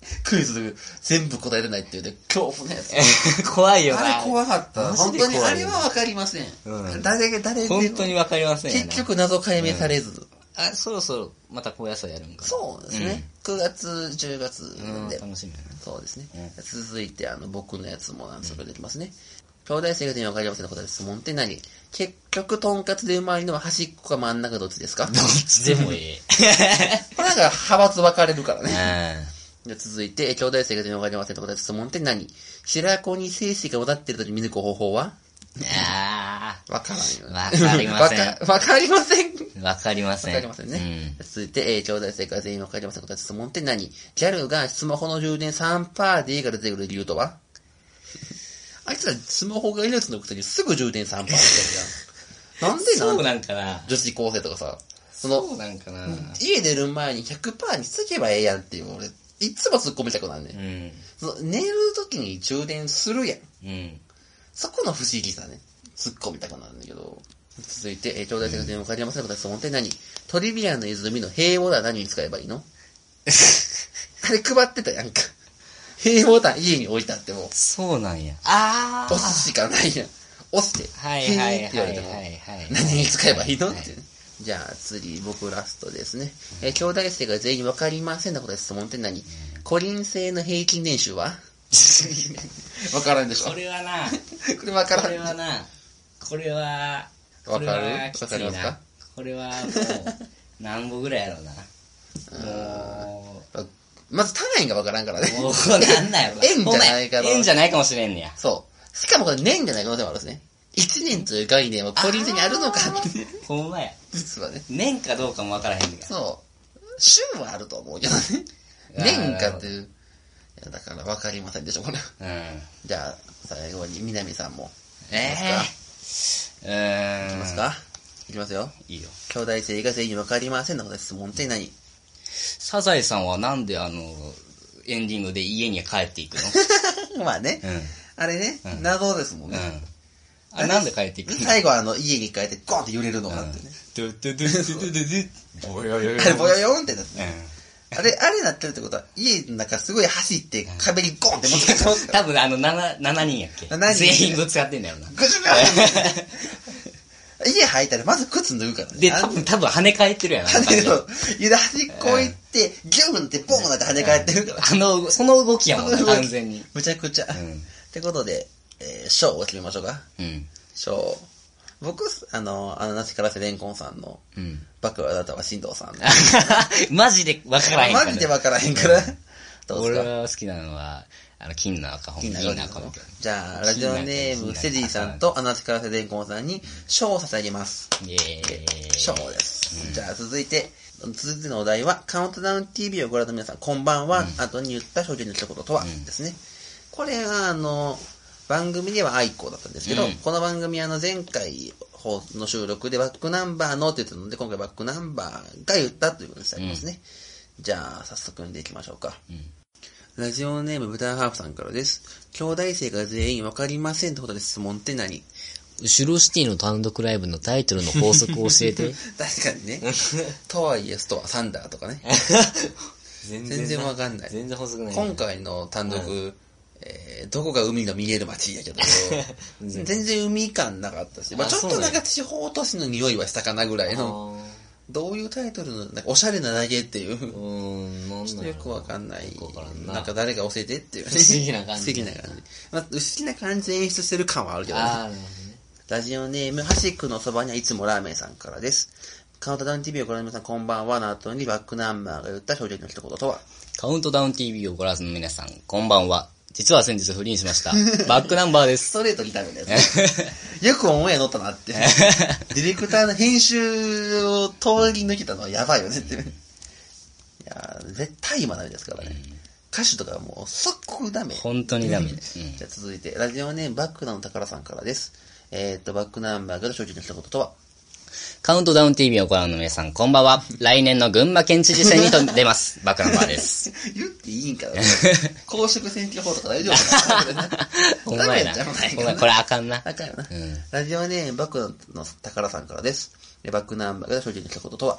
クイズ全部答えれないっていうね、恐怖のやつ。 怖いよな。 あれ怖かった。本当にあれはわかりません。うん、誰が、誰でも。 本当にわかりませんよね。 結局謎解明されず。うん、 あ、そろそろまた高野菜やるんかな。 そうですね。うん、くがつ、じゅうがつで。 楽しみやな。 そうですね。うん、続いて、あの、僕のやつも何つかできますね。兄弟生活に分かりませんのことで質問って何？結局、とんかつでうまいのは端っこか真ん中どっちですか？ どっちでもいい。 これなんか派閥分かれるからね。じゃ続いて、兄弟生活に分かりませんのことで質問って何？白子に精子が渡ってるとき見抜く方法は？ああ。分からんよ。 分かりません。 分かりません。 分かりません。 分かりませんね。うん、続いて、えー、兄弟生活全員分かりませんのことで質問って何？ギャルがスマホの充電 さんパーセント でいいから出てくる理由とは？あいつらスマホが命のくせにすぐ充電 さんパーセント やん。なんでなんそうなんかな。 女子高生とかさ。その、 そうなんかな。 家出る前に ひゃくパーセント にしとけばええやんっていう、俺、いつも突っ込みたくなんね、うん。その寝る時に充電するやん。うん。そこの不思議さね。突っ込みたくなるんだけど。続いて、えー、兄弟生活に分かりませんのことで質問って何？トリビアの泉の平ボタン何に使えばいいの？あれ配ってたやんか。平ボタン家に置いたっても。 そうなんや。ああ。押すしかないやん。押して。 はいはいはいって言われても。何に使えばいいのって。じゃあ次、僕ラストですね。えー、兄弟生が全員分かりませんのことで質問って何？コリン星の平均年収は？分からんでしょ。 これはな。 これ分からん。 これはな。これは、 分かる？分かりますか？ これはもう、何歩ぐらいやろうな。もう、まず単位が分からんからね。 もう、なんだよ。 円じゃないから。 円じゃないかもしれんねや。 そう。しかもこれ年じゃない可能性もあるんですね。一年という概念はコリン星にあるのかって。 ほんまや。 実はね。 年かどうかも分からへんねんから。 そう。週はあると思うけどね。年かっていう。いや、だから分かりませんでしょ、これ。うん。じゃあ、最後に南さんも。 えぇー。えー。いきますか？いきますよ。 いいよ。 兄弟生が全員分かりませんのことで質問って何？ サザエさんはなんであの、エンディングで家に帰っていくの？まあね。うん。あれね、うん、謎ですもんね。 うん。あれなんで帰っていくの？ 最後あの、家に帰ってゴンって揺れるのがあってね。 ドゥドゥドゥドゥドゥドゥドゥボヨヨヨ。 あれボヨヨンってなって。あれ、あれなってるってことは、家の中すごい走って壁にゴンって持って帰ってますから。多分あの、7、7人やっけ。全員ぶつかってんだよな。 ぐしゅぐしゅ家入ったらまず靴脱ぐからね。 で、多分、多分跳ね返ってるやな。 跳ねそう。家で端っこ行って、ギューンってボーンって跳ね返ってるから。 あの、その動きやもんね、完全に。 むちゃくちゃ。ってことで、えー、賞を決めましょうか。うん。賞。僕、あの、あの、なしからせれんこんさんの、うん。バクはあなたは進藤さんの。 マジでわからへんから。 マジでわからへんから。どうすか？ 俺は好きなのは、あの、金の赤本。金の赤本。 じゃあ、ラジオネーム、セジーさんと、あなしからせれんこんさんに、賞を差し上げます。イェーイ。賞です。うん、じゃあ、続いて、続いてのお題は、カウントダウン ティーブイ をご覧の皆さん、こんばんは、うん、後に言った少女に言ったこととは、うん、ですね。これは、あの、番組ではアイコだったんですけど、うん、この番組はあの前回の収録でバックナンバーのって言ったので、今回バックナンバーが言ったということにしてありますね。うん、じゃあ、早速読んでいきましょうか。うん、ラジオネームブターハーフさんからです。兄弟生が全員わかりませんってことで質問って何？ シュルーシティの単独ライブのタイトルの法則を教えて。 確かにね。とはいえストア、サンダーとかね。全然わかんない。 全然法則ない。 今回の単独、うんえー、どこが海の見える街やけど、全然海感なかったし、まあちょっとなんか地方都市の匂いはしたかなぐらいの、どういうタイトルの、なんかおしゃれな投げっていう、うん、なんちょっとよくわかんない、な, なんか誰か教えてっていう、ね、 不思議な感じ。 不思議な感じ。まあ、不思議な感じで演出してる感はあるけどね。あねラジオネーム、ハシックのそばにはいつもラーメンさんからです。カウントダウン ティーブイ をご覧の皆さん、こんばんはの後にバックナンバーが言った少女の一言とは？ カウントダウン ティーブイ をご覧の皆さん、こんばんは。実は先日不倫しました。バックナンバーです。 ストレートにためのやつ。よくオンエア乗ったなって。ディレクターの編集を通り抜けたのはやばいよねって。いや絶対今ダメですからね。歌手とかはもう即刻ダメ。 本当にダメです。 うん、じゃあ続いて、ラジオネームバックナンの宝さんからです。えー、っと、バックナンバーが正直の一言とは？ カウントダウン ティーブイ をご覧の皆さん、こんばんは。来年の群馬県知事選にと出ます。バックナンバーです。 言っていいんかな公職選挙法とか大丈夫かなほんまやな。ほんまこれあかんな。 あかんよな。うん、ラジオネームバックの宝さんからです。バックナンバーが正直の一言とは？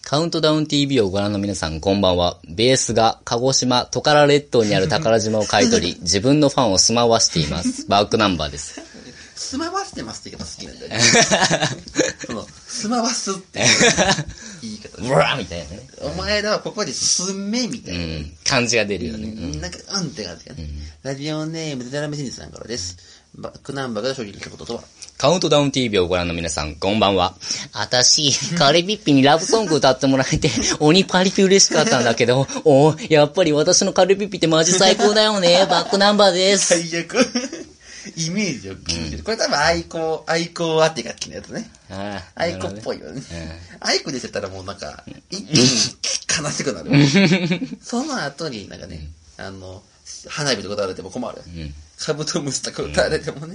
カウントダウン ティーブイ をご覧の皆さん、こんばんは。ベースが鹿児島、トカラ列島にある宝島を買い取り、自分のファンを住まわしています。バックナンバーです。 住まわしてますって言い方好きなんだよね。その、住まわすって言い方。 ブラーみたいなね。 お前らはここに住めみたいな、うん。 感じが出るよね。 うん、なんか、うんって感じがね。うん、ラジオネーム、デタラメシンジさんからです。バックナンバーが正直なこととはカウントダウン ティーブイ をご覧の皆さん、こんばんは。あたし、カレピッピにラブソング歌ってもらえて、鬼パリピ嬉しかったんだけど、おやっぱり私のカレピッピってマジ最高だよね。バックナンバーです。 最悪。イメージを聞いてる。うん、これ多分愛子、愛子当て楽器のやつね。ああ愛子っぽいよね。愛子でしてたらもうなんか、一気に悲しくなる。その後になんかね、あの、花火とか歌われても困る。うん、カブトムシとか歌われてもね。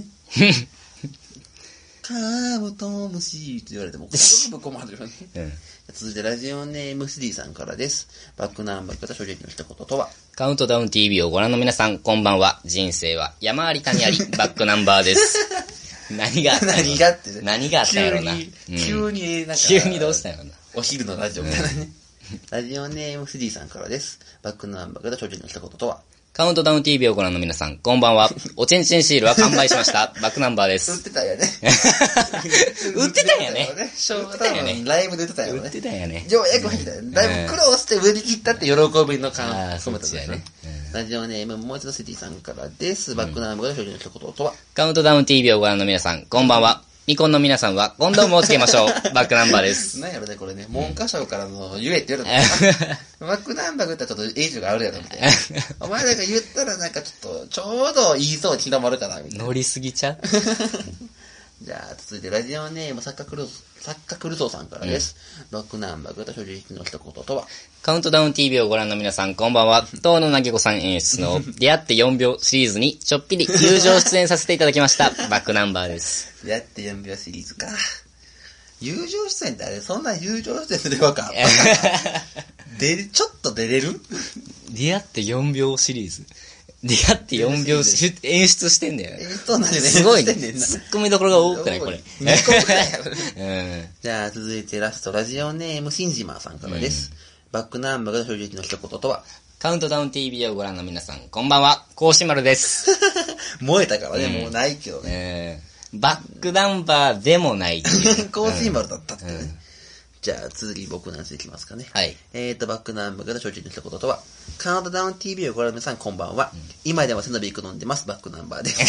カブトムシって言われてもすごく困るよね。うん、続いてラジオネームスディさんからです。バックナンバーから正直の一言とはカウントダウン ティーブイ をご覧の皆さん、こんばんは。人生は山あり谷あり、バックナンバーです。何があったの何がって、ね、 何があったやろな。 急に、うん、急になんか、 急にどうしたんやろな。 お昼のラジオみたいなね。ラジオネームスディさんからです。バックナンバーから正直の一言とはカウントダウン ティーブイ をご覧の皆さん、こんばんは。おちんちんシールは完売しました。バックナンバーです。 売ってたんやね。 売ってたんやね。 売ってたんやね。ライブで売ってたんやね。 売ってたんやね。 ようやく入ったよね。だいぶ苦労して売り切ったって喜びの感ああ、そうやね。 ラジオネーム、もう一度スティさんからです。バックナンバーが正直の一言とはカウントダウン ティーブイ をご覧の皆さん、こんばんは。未婚の皆さんはコンドームをつけましょう。バックナンバーです。 なんやろね、これね。文科省からの言えって言われたら、バックナンバー言ったらちょっとエイジがあるやろ、みたいな。お前らが言ったらなんかちょっと、ちょうど言いそうに広まるかな、みたいな。 乗りすぎちゃうじゃあ、続いてラジオネーム、サッカクル、サッカクルソーさんからです。うん、バックナンバー言った正直の一言とはカウントダウン ティーブイ をご覧の皆さん、こんばんは。東野なぎこさん演出の出会ってよんびょうシリーズにちょっぴり友情出演させていただきました。バックナンバーです。 出会ってよんびょうシリーズか。友情出演ってあれ、そんな友情出演すればか。で、ちょっと出れる出会ってよんびょうシリーズ。出会ってよんびょう演出してんだよね。 そうなんだよね。 すごいね。ツッコミどころが多くないこれ。 にこくらいある。うん、じゃあ続いてラスト、ラジオネーム、シンジマーさんからです。うん、バックナンバーが正直の一言とはカウントダウン ティーブイ をご覧の皆さん、こんばんは。甲子丸です。 燃えたからね、うん、もうないけどね。 えー、バックナンバーでもないっていう。 甲子丸だったってね。うん、じゃあ続き僕のやついきますかね。 はい。 えーと、バックナンバーが正直の一言とはカウントダウン ティーブイ をご覧の皆さん、こんばんは。うん、今でもセノビック飲んでます。バックナンバーです。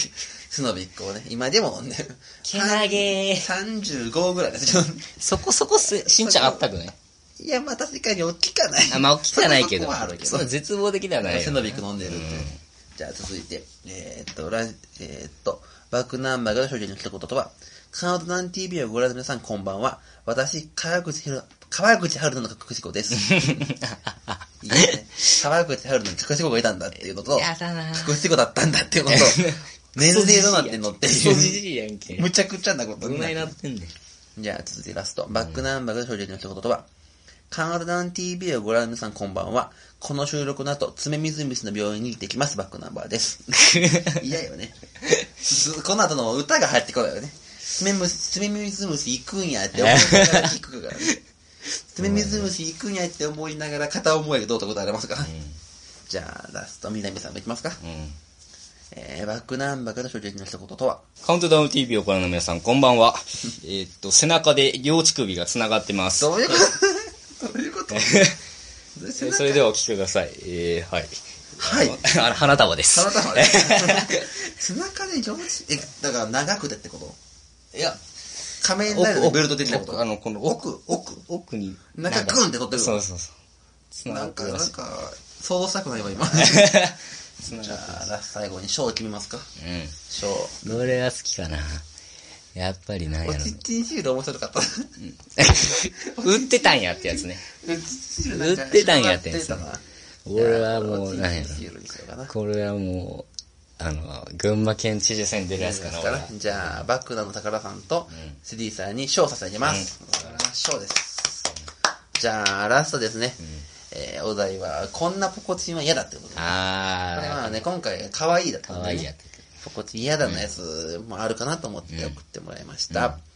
セノビックをね、今でもね、 けなげー。 さんじゅうごぐらいですよ。 そこそこ身長あったくね。 いや、まあ確かに大きかない。 あ、まあ大きかないけど。そ, そ, その絶望的ではないよ。 セノビック飲んでるって。うん、じゃあ続いて、えー、っと、ラジ、えー、っと、バックナンバーが正直の一言とはカウントダウン ティーブイ をご覧の皆さん、こんばんは。私、川口ひろ、川口春奈の隠し子です。いいね。川口春奈の隠し子がいたんだっていうのと、 やだな隠し子だったんだっていうのと、年齢どうなってんのっていう。むちゃくちゃなことになってん。なってんね。 じゃあ続いてラスト。バックナンバーが正直の一言とは、カウントダウン ティーブイ をご覧の皆さん、こんばんは。この収録の後、爪水虫の病院に行ってきます。バックナンバーです。嫌よね。この後の歌が入ってこないよね。爪虫、爪水虫行くんやって思いながら聞くからね。爪水虫行くんやって思いながら片思いがどうってことありますか、うん、じゃあ、ラスト、南さんもいきますか、うんえー、バックナンバーから正直の一言とはカウントダウン ティーブイ をご覧の皆さん、こんばんは。えっと、背中で両乳首が繋がってます。 どういうことどういうことそれではお聞きください。えー、はい。 はい。 あの、花束です。 花束です。背中で両乳、え、だから長くてってこといや、仮面ライダーのベルト的なこと。 あの、この奥、奥、 奥に。なんかグンって取ってる。 そうそうそう。 なんか、なんか、想像したくないわ、今。じゃあ、最後に賞を決めますか。 うん。 賞。 どれが好きかな。やっぱりなんやろ。 おちっちんシール面白かった。 売ってたんやってやつね。売ってたんやってやつ。俺はもう、なんやろ。これはもう、あの、群馬県知事選出るやつかな。 じゃあ、バックナの宝さんと、スリーさんに賞を差し上げます。賞です。じゃあ、ラストですね。えー、お題は、こんなポコチンは嫌だってことです。 あー。 これはね、今回、可愛いだったんで、ね。可愛いやった。 ポコチン嫌だのやつもあるかなと思って送ってもらいました。うん、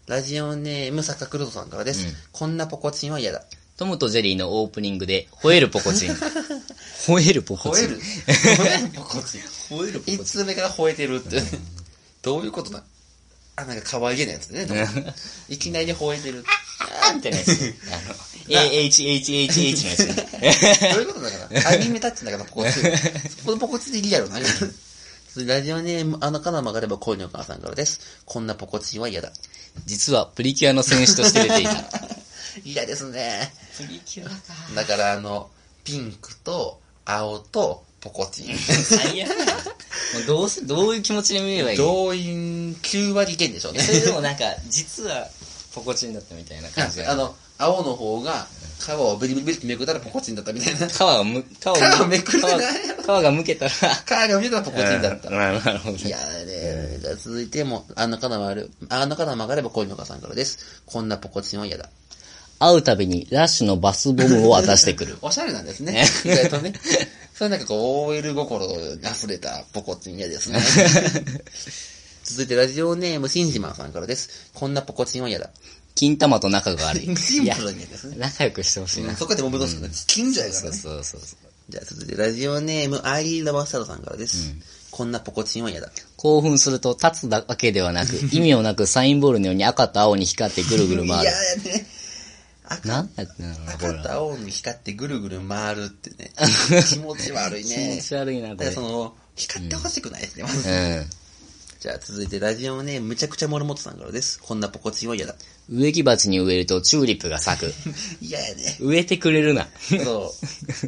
ラジオネーム、サカクルトさんからです。うん、こんなポコチンは嫌だ。 トムとジェリーのオープニングで、吠えるポコチン。吠えるポコチン。 吠える吠えるポコチン。吠えるポコチン。いつ目から吠えてるって。どういうことだあ、なんか可愛げなやつね。いきなり吠えてる。 あーみたいなやつ。あの、エーエイチエイチエイチエイチ のやつね。 どういうことだからアニメタッチだからポコチン。このポコチンでリアルな。ラジオネーム、あのカナ曲がれば恋のお母さんからです。こんなポコチンは嫌だ。 実はプリキュアの選手として出ていた。 嫌ですね。 プリキュアか。 だからあの、ピンクと青とポコチン。 最悪だ。もうどうす、どういう気持ちで見ればいいの？ 動員きゅう割減でしょうね。 それでもなんか、実はポコチンだったみたいな感じが。 あの、青の方が、皮をブリブリブリってめくったらポコチンだったみたいな。 皮がむ、皮を皮めくれない皮がむけたら、皮がむけたらポコチンだった。 なるほど。 いやね、じゃあ続いても、あの方もある、あの方も上がれば恋のお母さんからです。こんなポコチンは嫌だ。 会うたびにラッシュのバスボムを渡してくる。 おしゃれなんですね。意外とね。それなんかこう、オーエル 心溢れたポコチン嫌ですね。続いてラジオネーム、シンジマンさんからです。こんなポコチンは嫌だ。金玉と仲が悪い。 シンプルにですね。 仲良くしてほしいな、 うん。そこでもむどしくない。近所やからね。 そうそうそう。 じゃあ続いてラジオネーム、アイリー・ラバスタードさんからです。うん、こんなポコチンは嫌だ。 興奮すると立つだけではなく、意味をなくサインボールのように赤と青に光ってぐるぐる回る。 いややね。 赤なんだってなの赤と青に光ってぐるぐる回るってね。気持ち悪いね。 気持ち悪いな、これ。 その、光ってほしくないですね、まず。うん。じゃあ続いてラジオネーム、むちゃくちゃモルモットさんからです。こんなポコチンは嫌だ。 植木鉢に植えるとチューリップが咲く。 嫌やね。 植えてくれるな。 そう。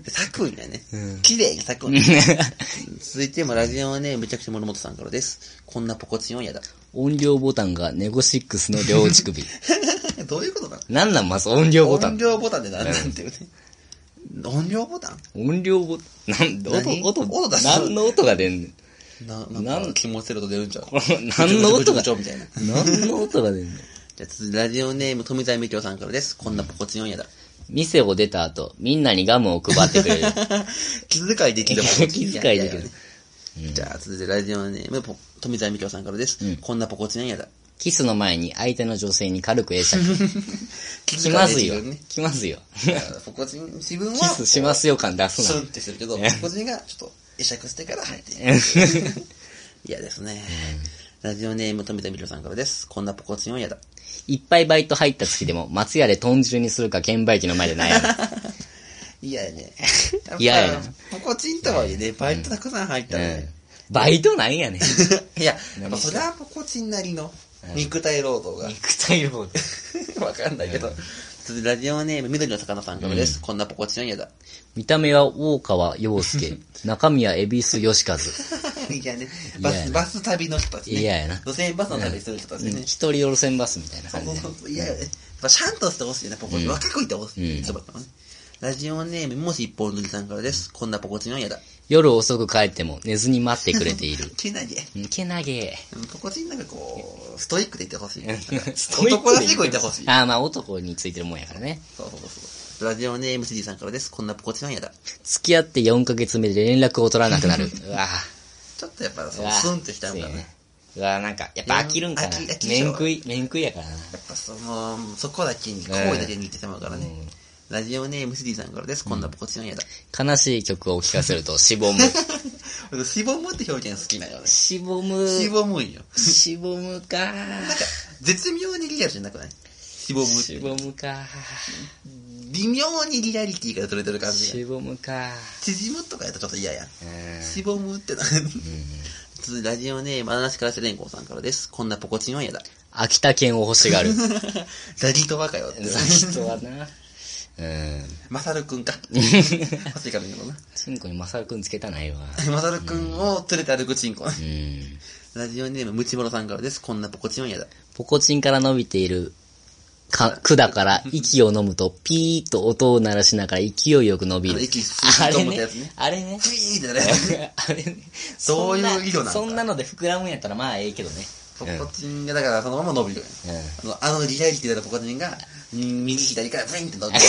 咲くんやね。綺麗に咲くんや。続いてもラジオネーム、むちゃくちゃモルモットさんからです。こんなポコチンは嫌だ。 音量ボタンがネゴシックスの両乳首。 どういうことなの？ なんなんまず音量ボタン。 音量ボタンって何なんていうね。音量ボタン？ 音量ボタン。なんで音、音、音出す何の音が出んねん。 な、なんか気持ちると出るんちゃう？ 何の音がみたいな。 何の音が出んねん。 じゃあ続いてラジオネーム、富澤美京さんからです。こんなポコチンは嫌だ。 店を出た後、みんなにガムを配ってくれる。 気遣いできる。 気遣いできる。 じゃあ続いてラジオネーム、富澤美京さんからです。うん、こんなポコチンは嫌だ。 キスの前に相手の女性に軽く会釈。気まずいよ。気まずいよ。 ポコチン、自分はキスしますよ感出すな。 スンってするけど、ポコチンがちょっと会釈してから入っていく。嫌ですね。ラジオネーム、富田美京さんからです。こんなポコチンは嫌だ。 いっぱいバイト入った月でも、松屋で豚汁にするか券売機の前で悩む。 嫌やね。 嫌やな。 ポコチンとはいえね、バイトたくさん入ったらね。 バイトなんやねん。 いや、それはポコチンなりの肉体労働が。 肉体労働。 わかんないけど。ラジオネーム、緑の魚さんからです。こんなポコチンは嫌だ。 見た目は大川陽介、中身は恵比寿義和。 いやね、バス、バス旅の人たちね。 嫌やな。 路線バスの旅する人たちね。 一人路線バスみたいな感じ。 そうそうそう。嫌やね。シャンとしてほしいね、ポコチン。若くいてほしい。ラジオネーム、もし一本塗りさんからです。こんなポコチンは嫌だ。 夜遅く帰っても寝ずに待ってくれている。 けなげ。 けなげ。 ポコチンなんかこう、ストイックでいてほしい。男らしくいてほしい。 ああ、まあ男についてるもんやからね。 そうそうそう。ラジオネーム、シジさんからです。こんなポコチンは嫌だ。 付き合ってよんかげつめで連絡を取らなくなる。うわちょっとやっぱ、そう、スンってしちゃうからね。 うわなんか、やっぱ飽きるんかな。面食い、面食いやからな。やっぱその、そこだけに、声だけに言ってしまうからね。ラジオネーム、シディさんからです。こんなポコチンは嫌だ。 悲しい曲を聴かせると、しぼむ。 しぼむって表現好きなよね。 しぼむ。 しぼむんよ。 しぼむかなんか、絶妙にリアルじゃなくない？しぼむって。 しぼむか微妙にリアリティが取れてる感じが。 しぼむか縮むとかやったらちょっと嫌や。しぼむってな。続いてラジオネーム、話からせれんこうさんからです。こんなポコチンは嫌だ。 秋田県を欲しがる。 ザギトバかよって。 ザギトはな。うん。 マサルくんか。欲しいからいいのな。 チンコにマサルくんつけたないわ。 マサルくんを連れて歩くチンコ。うん。ラジオネーム、ムチモロさんからです。こんなポコチンは嫌だ。 ポコチンから伸びているか管から息を飲むとピーッと音を鳴らしながら勢いよく伸びる。 息吸い込むってやつね。 あれね。 ピーってなるやつね。 あれね。 どういう色なんだ。 そんなので膨らむんやったらまあええけどね。 ポコチンがだからそのまま伸びるよ、うん、あのリアリティだったポコチンが右左からブインって伸びるって。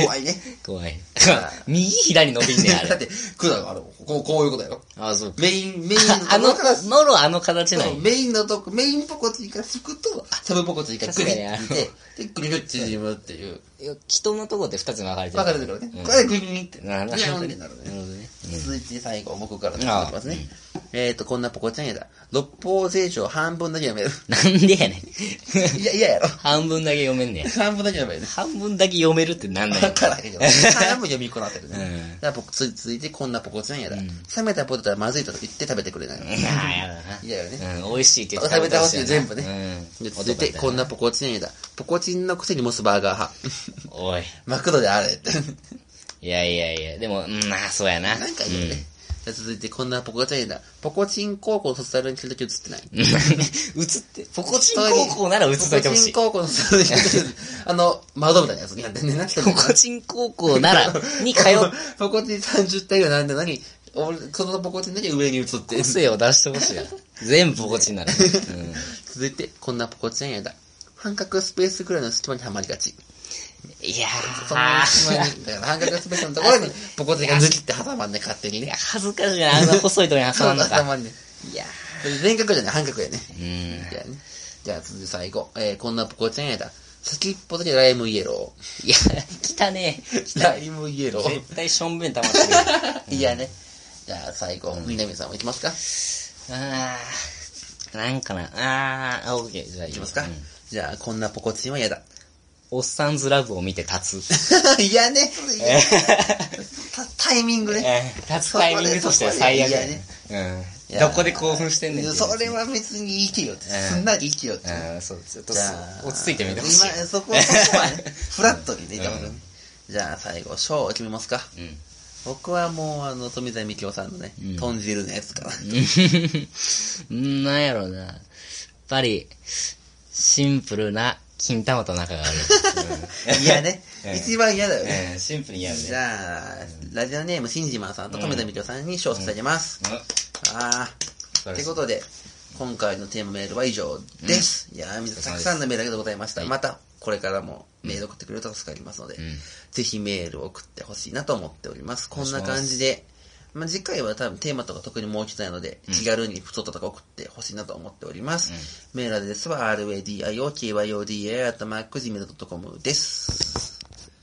怖いね。 怖い。右左伸びんねん、あれ。 だって、管がある。こう、こういうことやろ。 あ、そう。 メイン、メインあの、ノロあの形なの。 メインのとこ、メインポコチが引くと、サブポコチがグリッてで、グリグリ縮むっていう。 人のとこって二つに分かれてる。 分かれてるからね。これでグリグリって。 なるほどね。 続いて最後、僕から続きますね。えーと、こんなポコちゃんやだ。六法全書半分だけ読める。 なんでやねん。いや、いややろ。 半分だけ読めんねや。 半分だけ読めるね。 半分だけ読めるってなんだよ。 わからへんよ。半分読みこなってるね。だから続いてこんなポコちゃんやだ。冷めたポテトはまずいと言って食べてくれない。 いや、やだな。 いやよね。 美味しいけど食べてほしい、全部ね。続いて、こんなポコチンやだ。ポコチンのくせにモスバーガー派。 おい。 マクドであれって。 いやいやいや、でも、まあ、そうやな。 なんかいいよね。続いて、こんなポコチンやだ。ポコチン高校卒アルに来るとき映ってない。 映って、ポコチン高校なら映っといてほしい。 ポコチン高校卒アルに来るときあの、窓みたいなやつにやってね。 ポコチン高校なら、に通っポコチンさんじゅったいぐらいなんで何俺、そのポコチンだけ上に映って。 個性を出してほしいや。全部ポコチンなら。 続いて、こんなポコチンやだ。半角スペースくらいの隙間にはまりがち。 いやー。その隙間に、だから半角スペースのところに、ポコチンがズキって挟まんね、勝手にね。 いや、恥ずかしいな、あんな細いとこに挟まんのか。 挟まんね。いやー。全角じゃない、半角やね。 うん。 じゃあ続いて最後。えー、こんなポコチンやだ。先っぽだけライムイエロー。いや、来たね。 ライムイエロー。 絶対しょんべん溜まってる。いやね。じゃあ最後、南さんも行きますか？ あー、なんかな。あー、オッケー、じゃあ行きますか？じゃあ、こんなポコチンは嫌だ。 おっさんずラブを見て立つ。 いやね。タイミングね。 立つタイミングとしては最悪やね。うん。どこで興奮してんねん。 それは別にいいけよ。すんなりいいけよ。 うん、そう。ちょっと落ち着いてみてほしい。 今、そこ、そこはね、フラットにね、いたもんね。じゃあ最後、賞を決めますか？うん。僕はもう、あの、富澤美京さんのね、豚汁のやつかな。 うん、なんやろうな。やっぱり、シンプルな金玉と仲がある。 いやね。一番嫌だよね。 シンプルに嫌だね。 じゃあ、ラジオネーム、シンジマンさんと富田美京さんに賞を差し上げます。ああ。ってことで、今回のテーマメールは以上です。いやー、皆さんたくさんのメールありがとうございました。また、これからもメール送ってくれると助かりますので、ぜひメールを送ってほしいなと思っております。こんな感じで、まあ、次回は多分テーマとか特に設けたいので、気軽に太ったとか送ってほしいなと思っております。うん、メールアドレスは アールエーディーアイオーケーワイオーディーエー アットマークジーメールドットコム です。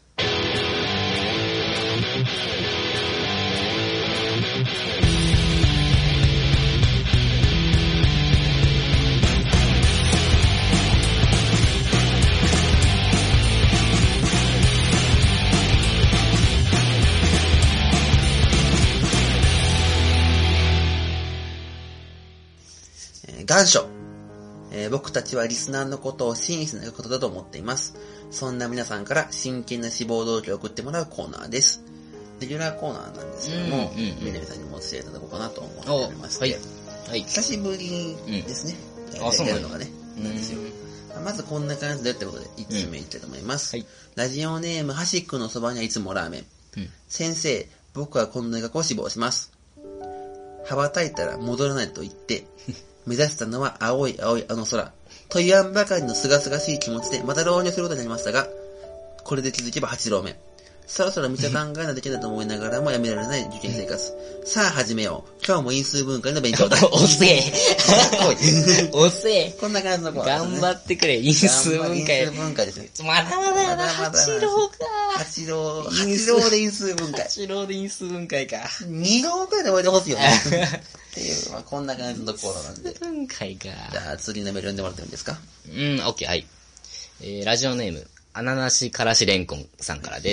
願書、えー、僕たちはリスナーのことを真摯なことだと思っています。そんな皆さんから真剣な志望動機を送ってもらうコーナーです。レギュラーコーナーなんですけども、みなみさんにも教えていただこうかなと思っておりまして、はいはい、久しぶりですね。うん、やるのがね、なんですよ。まずこんな感じでってことでいちめいいきたいと思います。うんはい、ラジオネームはしくのそばにはいつもラーメン。うん、先生、僕はこんな学校を志望します。羽ばたいたら戻らないと言って、目指したのは青い青いあの空。と言わんばかりの清々しい気持ちでまた浪人することになりましたが、これで気づけばはち浪目。そろそろ道を考えないといけないと思いながらもやめられない受験生活。さあ始めよう。今日も因数分解の勉強だ。 おせえ。おせえ。 こんな感じの子、 ね、頑張ってくれ。因数分解。 因数分解ですね。 まだまだやな。はち浪か。 はち浪。はち浪で因数分解。 はち浪で因数分解か。 に浪くらいで終えてほしいよね。っていう、まあ、こんな感じのところなんで。 分解か。 じゃあ次のメール読んでもらってもいいですか？ うん、オッケー、はい。えー、ラジオネーム。アナナシからしレンコンさんからです。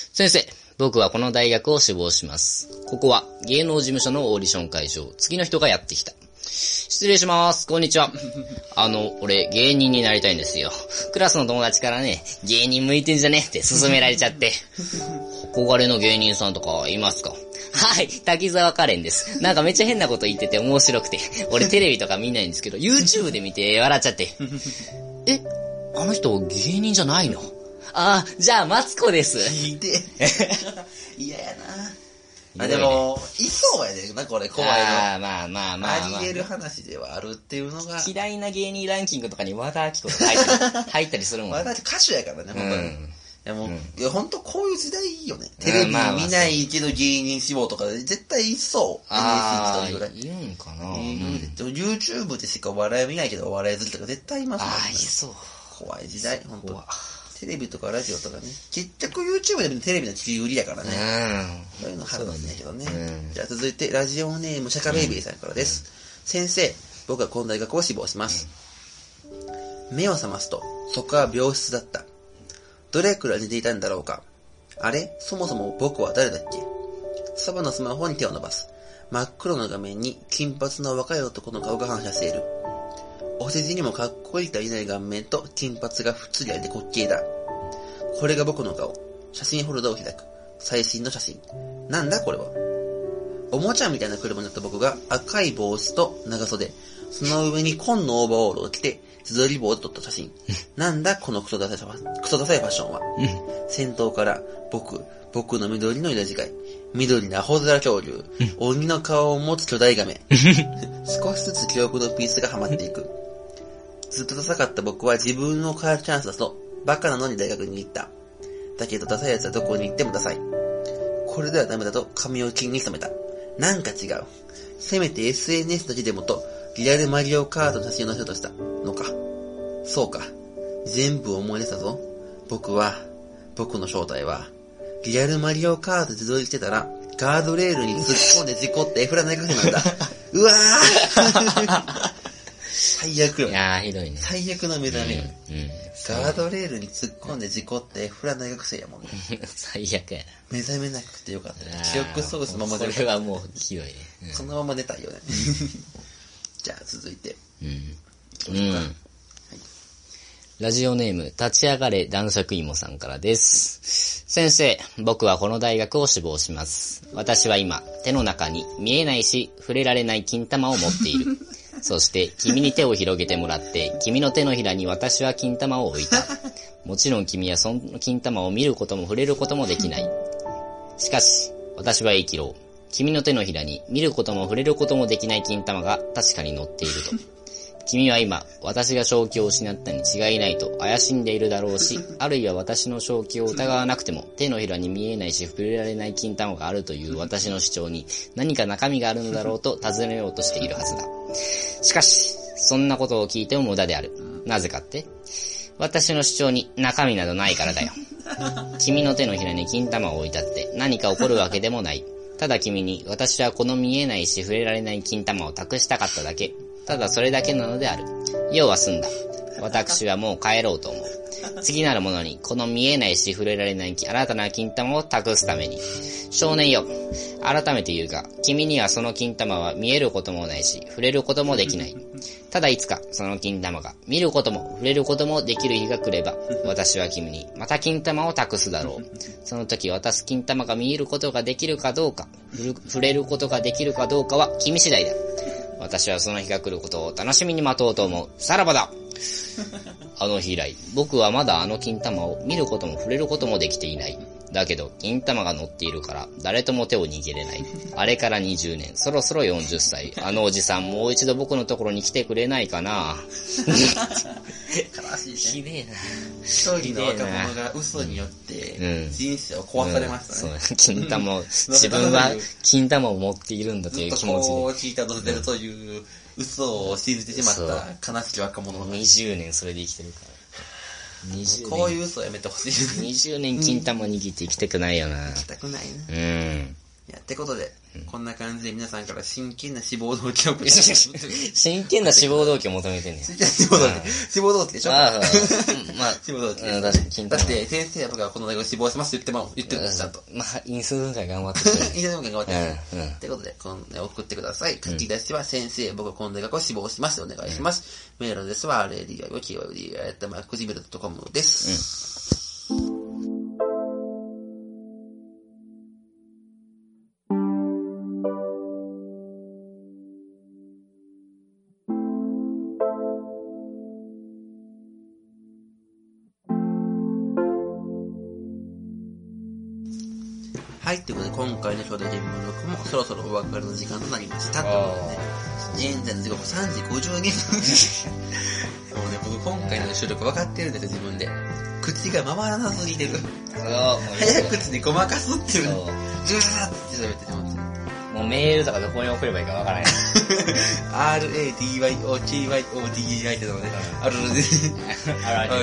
先生、僕はこの大学を志望します。ここは芸能事務所のオーディション会場。次の人がやってきた。失礼します。こんにちは。あの、俺芸人になりたいんですよ。クラスの友達からね、芸人向いてんじゃねって勧められちゃって。憧れの芸人さんとかいますか？はい、滝沢カレンです。なんかめっちゃ変なこと言ってて面白くて。俺テレビとか見ないんですけど、YouTube で見て笑っちゃって。えあの人芸人じゃないの？ああ、じゃあマツコです。 聞いて。嫌やな。 あ、でも、いそうやで、な、これ、怖いの。 ああ、まあまあまあ、まあ。 あり得る話ではあるっていうのが。 嫌いな芸人ランキングとかに和田アキ子とか入ったり、入ったりするもん。 和田って歌手やからね、本当に。うん、いやもう、うん、いや本当こういう時代いいよね。テレビ見ないけど芸人志望とか絶対いそう。 ああ、いるんかな。うん、 YouTube でしかお笑い見ないけどお笑い好きとか絶対いますもんね。 ああ、いそう。 怖い時代、本当。テレビとかラジオとかね。結局 YouTube でもテレビの地球売りやからね。うん。そういうのあるんだけどね。うん、じゃあ続いて、ラジオネームシャカベイビーさんからです。うん、先生、僕はこの大学を志望します。うん、目を覚ますと、そこは病室だった。どれくらい寝ていたんだろうか。あれ？そもそも僕は誰だっけ？そばのスマホに手を伸ばす。真っ黒の画面に金髪の若い男の顔が反射している。お世辞にもかっこいいといない顔面と金髪がふっつりあいて滑稽だ。これが僕の顔。写真フォルダを開く。最新の写真。なんだこれは。おもちゃみたいな車に乗った僕が赤い帽子と長袖。その上に紺のオーバーオールを着て自撮り棒で撮った写真。なんだこのクソダサい、クソダサいファッションは。先頭から僕、僕の緑の色使い。緑のアホ面恐竜。鬼の顔を持つ巨大ガメ。少しずつ記憶のピースがはまっていく。ずっとダサかった僕は自分を変えるチャンスだと、バカなのに大学に行った。だけどダサい奴はどこに行ってもダサい。これではダメだと髪を金に染めた。なんか違う。せめて エスエヌエス だけでもと、リアルマリオカートの写真を載せようとしたのか。そうか。全部思い出したぞ。僕は、僕の正体は、リアルマリオカート自撮りしてたら、ガードレールに突っ込んで事故ってエフラ投げかけなんだ。うわー最悪よ。 いやー、ひどいね。 最悪の目覚めよ。うん。うん、ガードレールに突っ込んで事故ってフラ大学生やもんね。 最悪やな。 目覚めなくてよかったね。記憶喪失のままで。これはもうひどいね。 うん、そのまま寝たいよね。じゃあ続いて。 うん。うん。はい、ラジオネーム、立ち上がれ男爵芋さんからです。先生、僕はこの大学を志望します。私は今、手の中に見えないし、触れられない金玉を持っている。そして、君に手を広げてもらって、君の手のひらに私は金玉を置いた。もちろん君はその金玉を見ることも触れることもできない。しかし、私は生きろ。君の手のひらに見ることも触れることもできない金玉が確かに乗っていると。君は今、私が正気を失ったに違いないと怪しんでいるだろうし、あるいは私の正気を疑わなくても手のひらに見えないし触れられない金玉があるという私の主張に何か中身があるのだろうと尋ねようとしているはずだ。しかし、そんなことを聞いても無駄である。なぜかって？私の主張に中身などないからだよ。君の手のひらに金玉を置いたって何か起こるわけでもない。ただ君に私はこの見えないし触れられない金玉を託したかっただけ。ただそれだけなのである。用は済んだ。私はもう帰ろうと思う。次なるものにこの見えないし触れられない新たな金玉を託すために。少年よ、改めて言うが、君にはその金玉は見えることもないし、触れることもできない。ただいつかその金玉が見ることも触れることもできる日が来れば、私は君にまた金玉を託すだろう。その時渡す金玉が見えることができるかどうか、触れることができるかどうかは君次第だ。私はその日が来ることを楽しみに待とうと思う。さらばだ。あの日以来、僕はまだあの金玉を見ることも触れることもできていない。だけど、金玉が乗っているから、誰とも手を握れない。あれからにじゅうねん、そろそろよんじゅっさい。あのおじさん、もう一度僕のところに来てくれないかな。 悲しいね。 ひでえな。 一人の若者が嘘によって、人生を壊されましたね。うんうん、 そう、金玉を、自分は金玉を持っているんだという気持ちで。 こう聞いたと出るという嘘を信じてしまった悲しい若者の。 にじゅうねんそれで生きてるから。にじゅうねんこういう嘘やめてほしい。 にじゅうねん金玉握って生きたくないよな。 生きたくないな。 うん。 いや、ってことで、うん、こんな感じで皆さんから真剣な志望動機を送って真剣な志望動機を求めてんねん。 真剣な志望動機。志望動機でしょ？ ああ、まあ、 志望動機。 うん、 だって先生は僕はこの大学志望しますって言っても、言ってるんです、ちゃんと。 まあ、因数分解頑張ってくれ。 因数分解頑張ってくれ。ってことで、この送ってください。書き出しは先生、僕はこの大学を志望しますお願いします。メールアドレスは アールエーディーアイオーケーワイオーディーアイ アットマークジメルドットコム です。ははい、ということで今回の初代デビュー録もそろそろお別れの時間となりました。ということでね、現在の時刻さんじごじゅうにふん。もうね、僕今回の収録分かってるんですよ、自分で。口が回らなすぎてる。早口にごまかすっていう。ジューって喋ってしまって。 もうメールとかどこに送ればいいかわからない。 アールエーディーワイオーケーワイオーディーアイ ってのもね、あるので。ある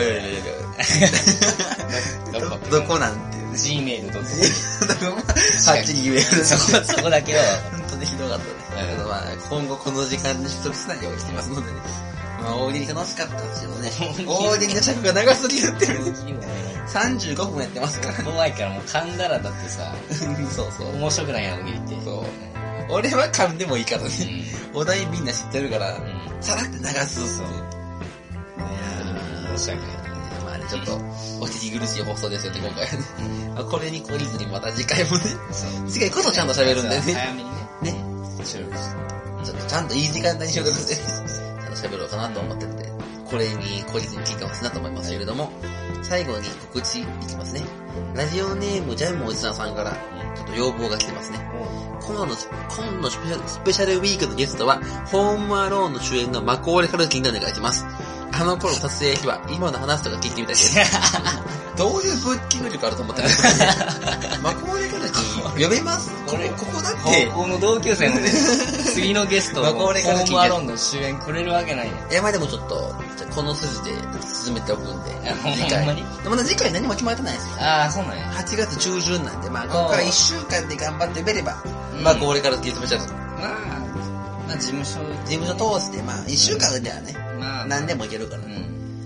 ある。どこなんていう。 Gmail とか。 はっきり言える。 そこ、そこだけは。 本当にひどかったです。だけどまあ、今後この時間に取得しないようにしてますのでね。まあ、大喜利楽しかったですけどね。大喜利の尺が長すぎるっていう。さんじゅうごふんやってますから。 怖いからもう噛んだらだってさ、 そうそう。 面白くないやん、大喜利って。そう。 俺は噛んでもいいからね。お題みんな知ってるから、さらって流す。そう。いやー、申し訳ない。 まあね、ちょっと、お聞き苦しい放送ですよね、今回はね。これに懲りずにまた次回もね。次回こそちゃんと喋るんでね。 早めにね。 ね。 収録して。 ちょっとちゃんといい時間帯に収録して、ちゃんと喋ろうかなと思ってるんで、これに懲りずに聞いてほしいなと思いますけれども、最後に告知いきますね。ラジオネームジャムおじさんさんから、ちょっと要望が来てますね。今度の、今度スペシャル、スペシャルウィークのゲストは、ホームアローンの主演のマコーレ・カルキンでお願いします。あの頃の撮影日は、今の話とか聞いてみたいです。どういうブッキング力あると思ったんですかマコーレ・カルキン、呼べますこれ、ここだって。 高校の同級生もね、次のゲスト、 マコーレ・カルキン。 ホームアローンの主演くれるわけないね。 いや、まあでもちょっと、この筋で進めておくんで、次回。 ほんまにでもまだ次回何も決まってないですよ。 ああ、そうなんや。 はちがつ中旬なんで、まあ、ここからいっしゅうかんで頑張って埋めれば、まあ、これからスキースペシャル。 まあ、まあ、事務所、 事務所通して、まあ、いっしゅうかんではね、まあ、何でもいけるから。うん、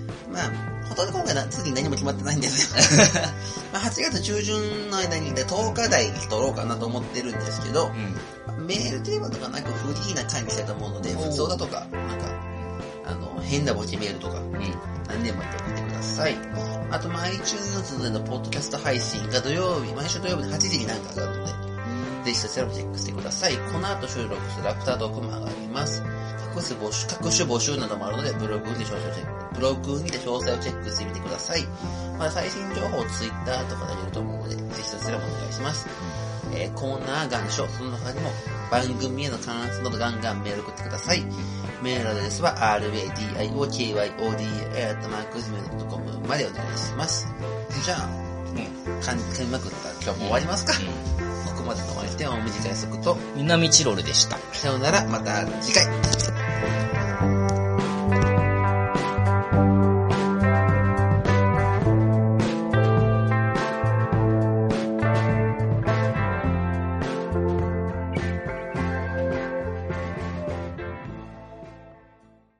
まあ、ほとんど今回な、次何も決まってないんですよ。まあ、はちがつ中旬の間に、ね、とおか台取ろうかなと思ってるんですけど、うん、メールテーマとかなくフリーな回にしたいと思うので、普通だとか、なんか、あの、変なボケメールとか、うん、何でもやってみてください。あと、まあ、iTunes でのポッドキャスト配信が土曜日、毎週土曜日のはちじになんか上がるので、ぜひそちらもチェックしてください。この後収録するアフタートークも上がります。各種募集、各種募集などもあるので、ブログにて詳細をチェック、ブログにて詳細をチェックしてみてください。また最新情報を Twitter とかで出ると思うので、ぜひそちらもお願いします。えー、コーナー、願書、その他にも番組への感想などガンガンメール送ってください。メールアドレスは アールエーディーアイオーケーワイオーディーエー アットマークジメルドットコム までお願いします。じゃあ、うん、噛みまくった今日も終わりますか、うん、ここまでのお相手はお短い速と南チロルでした。 さようなら、また次回。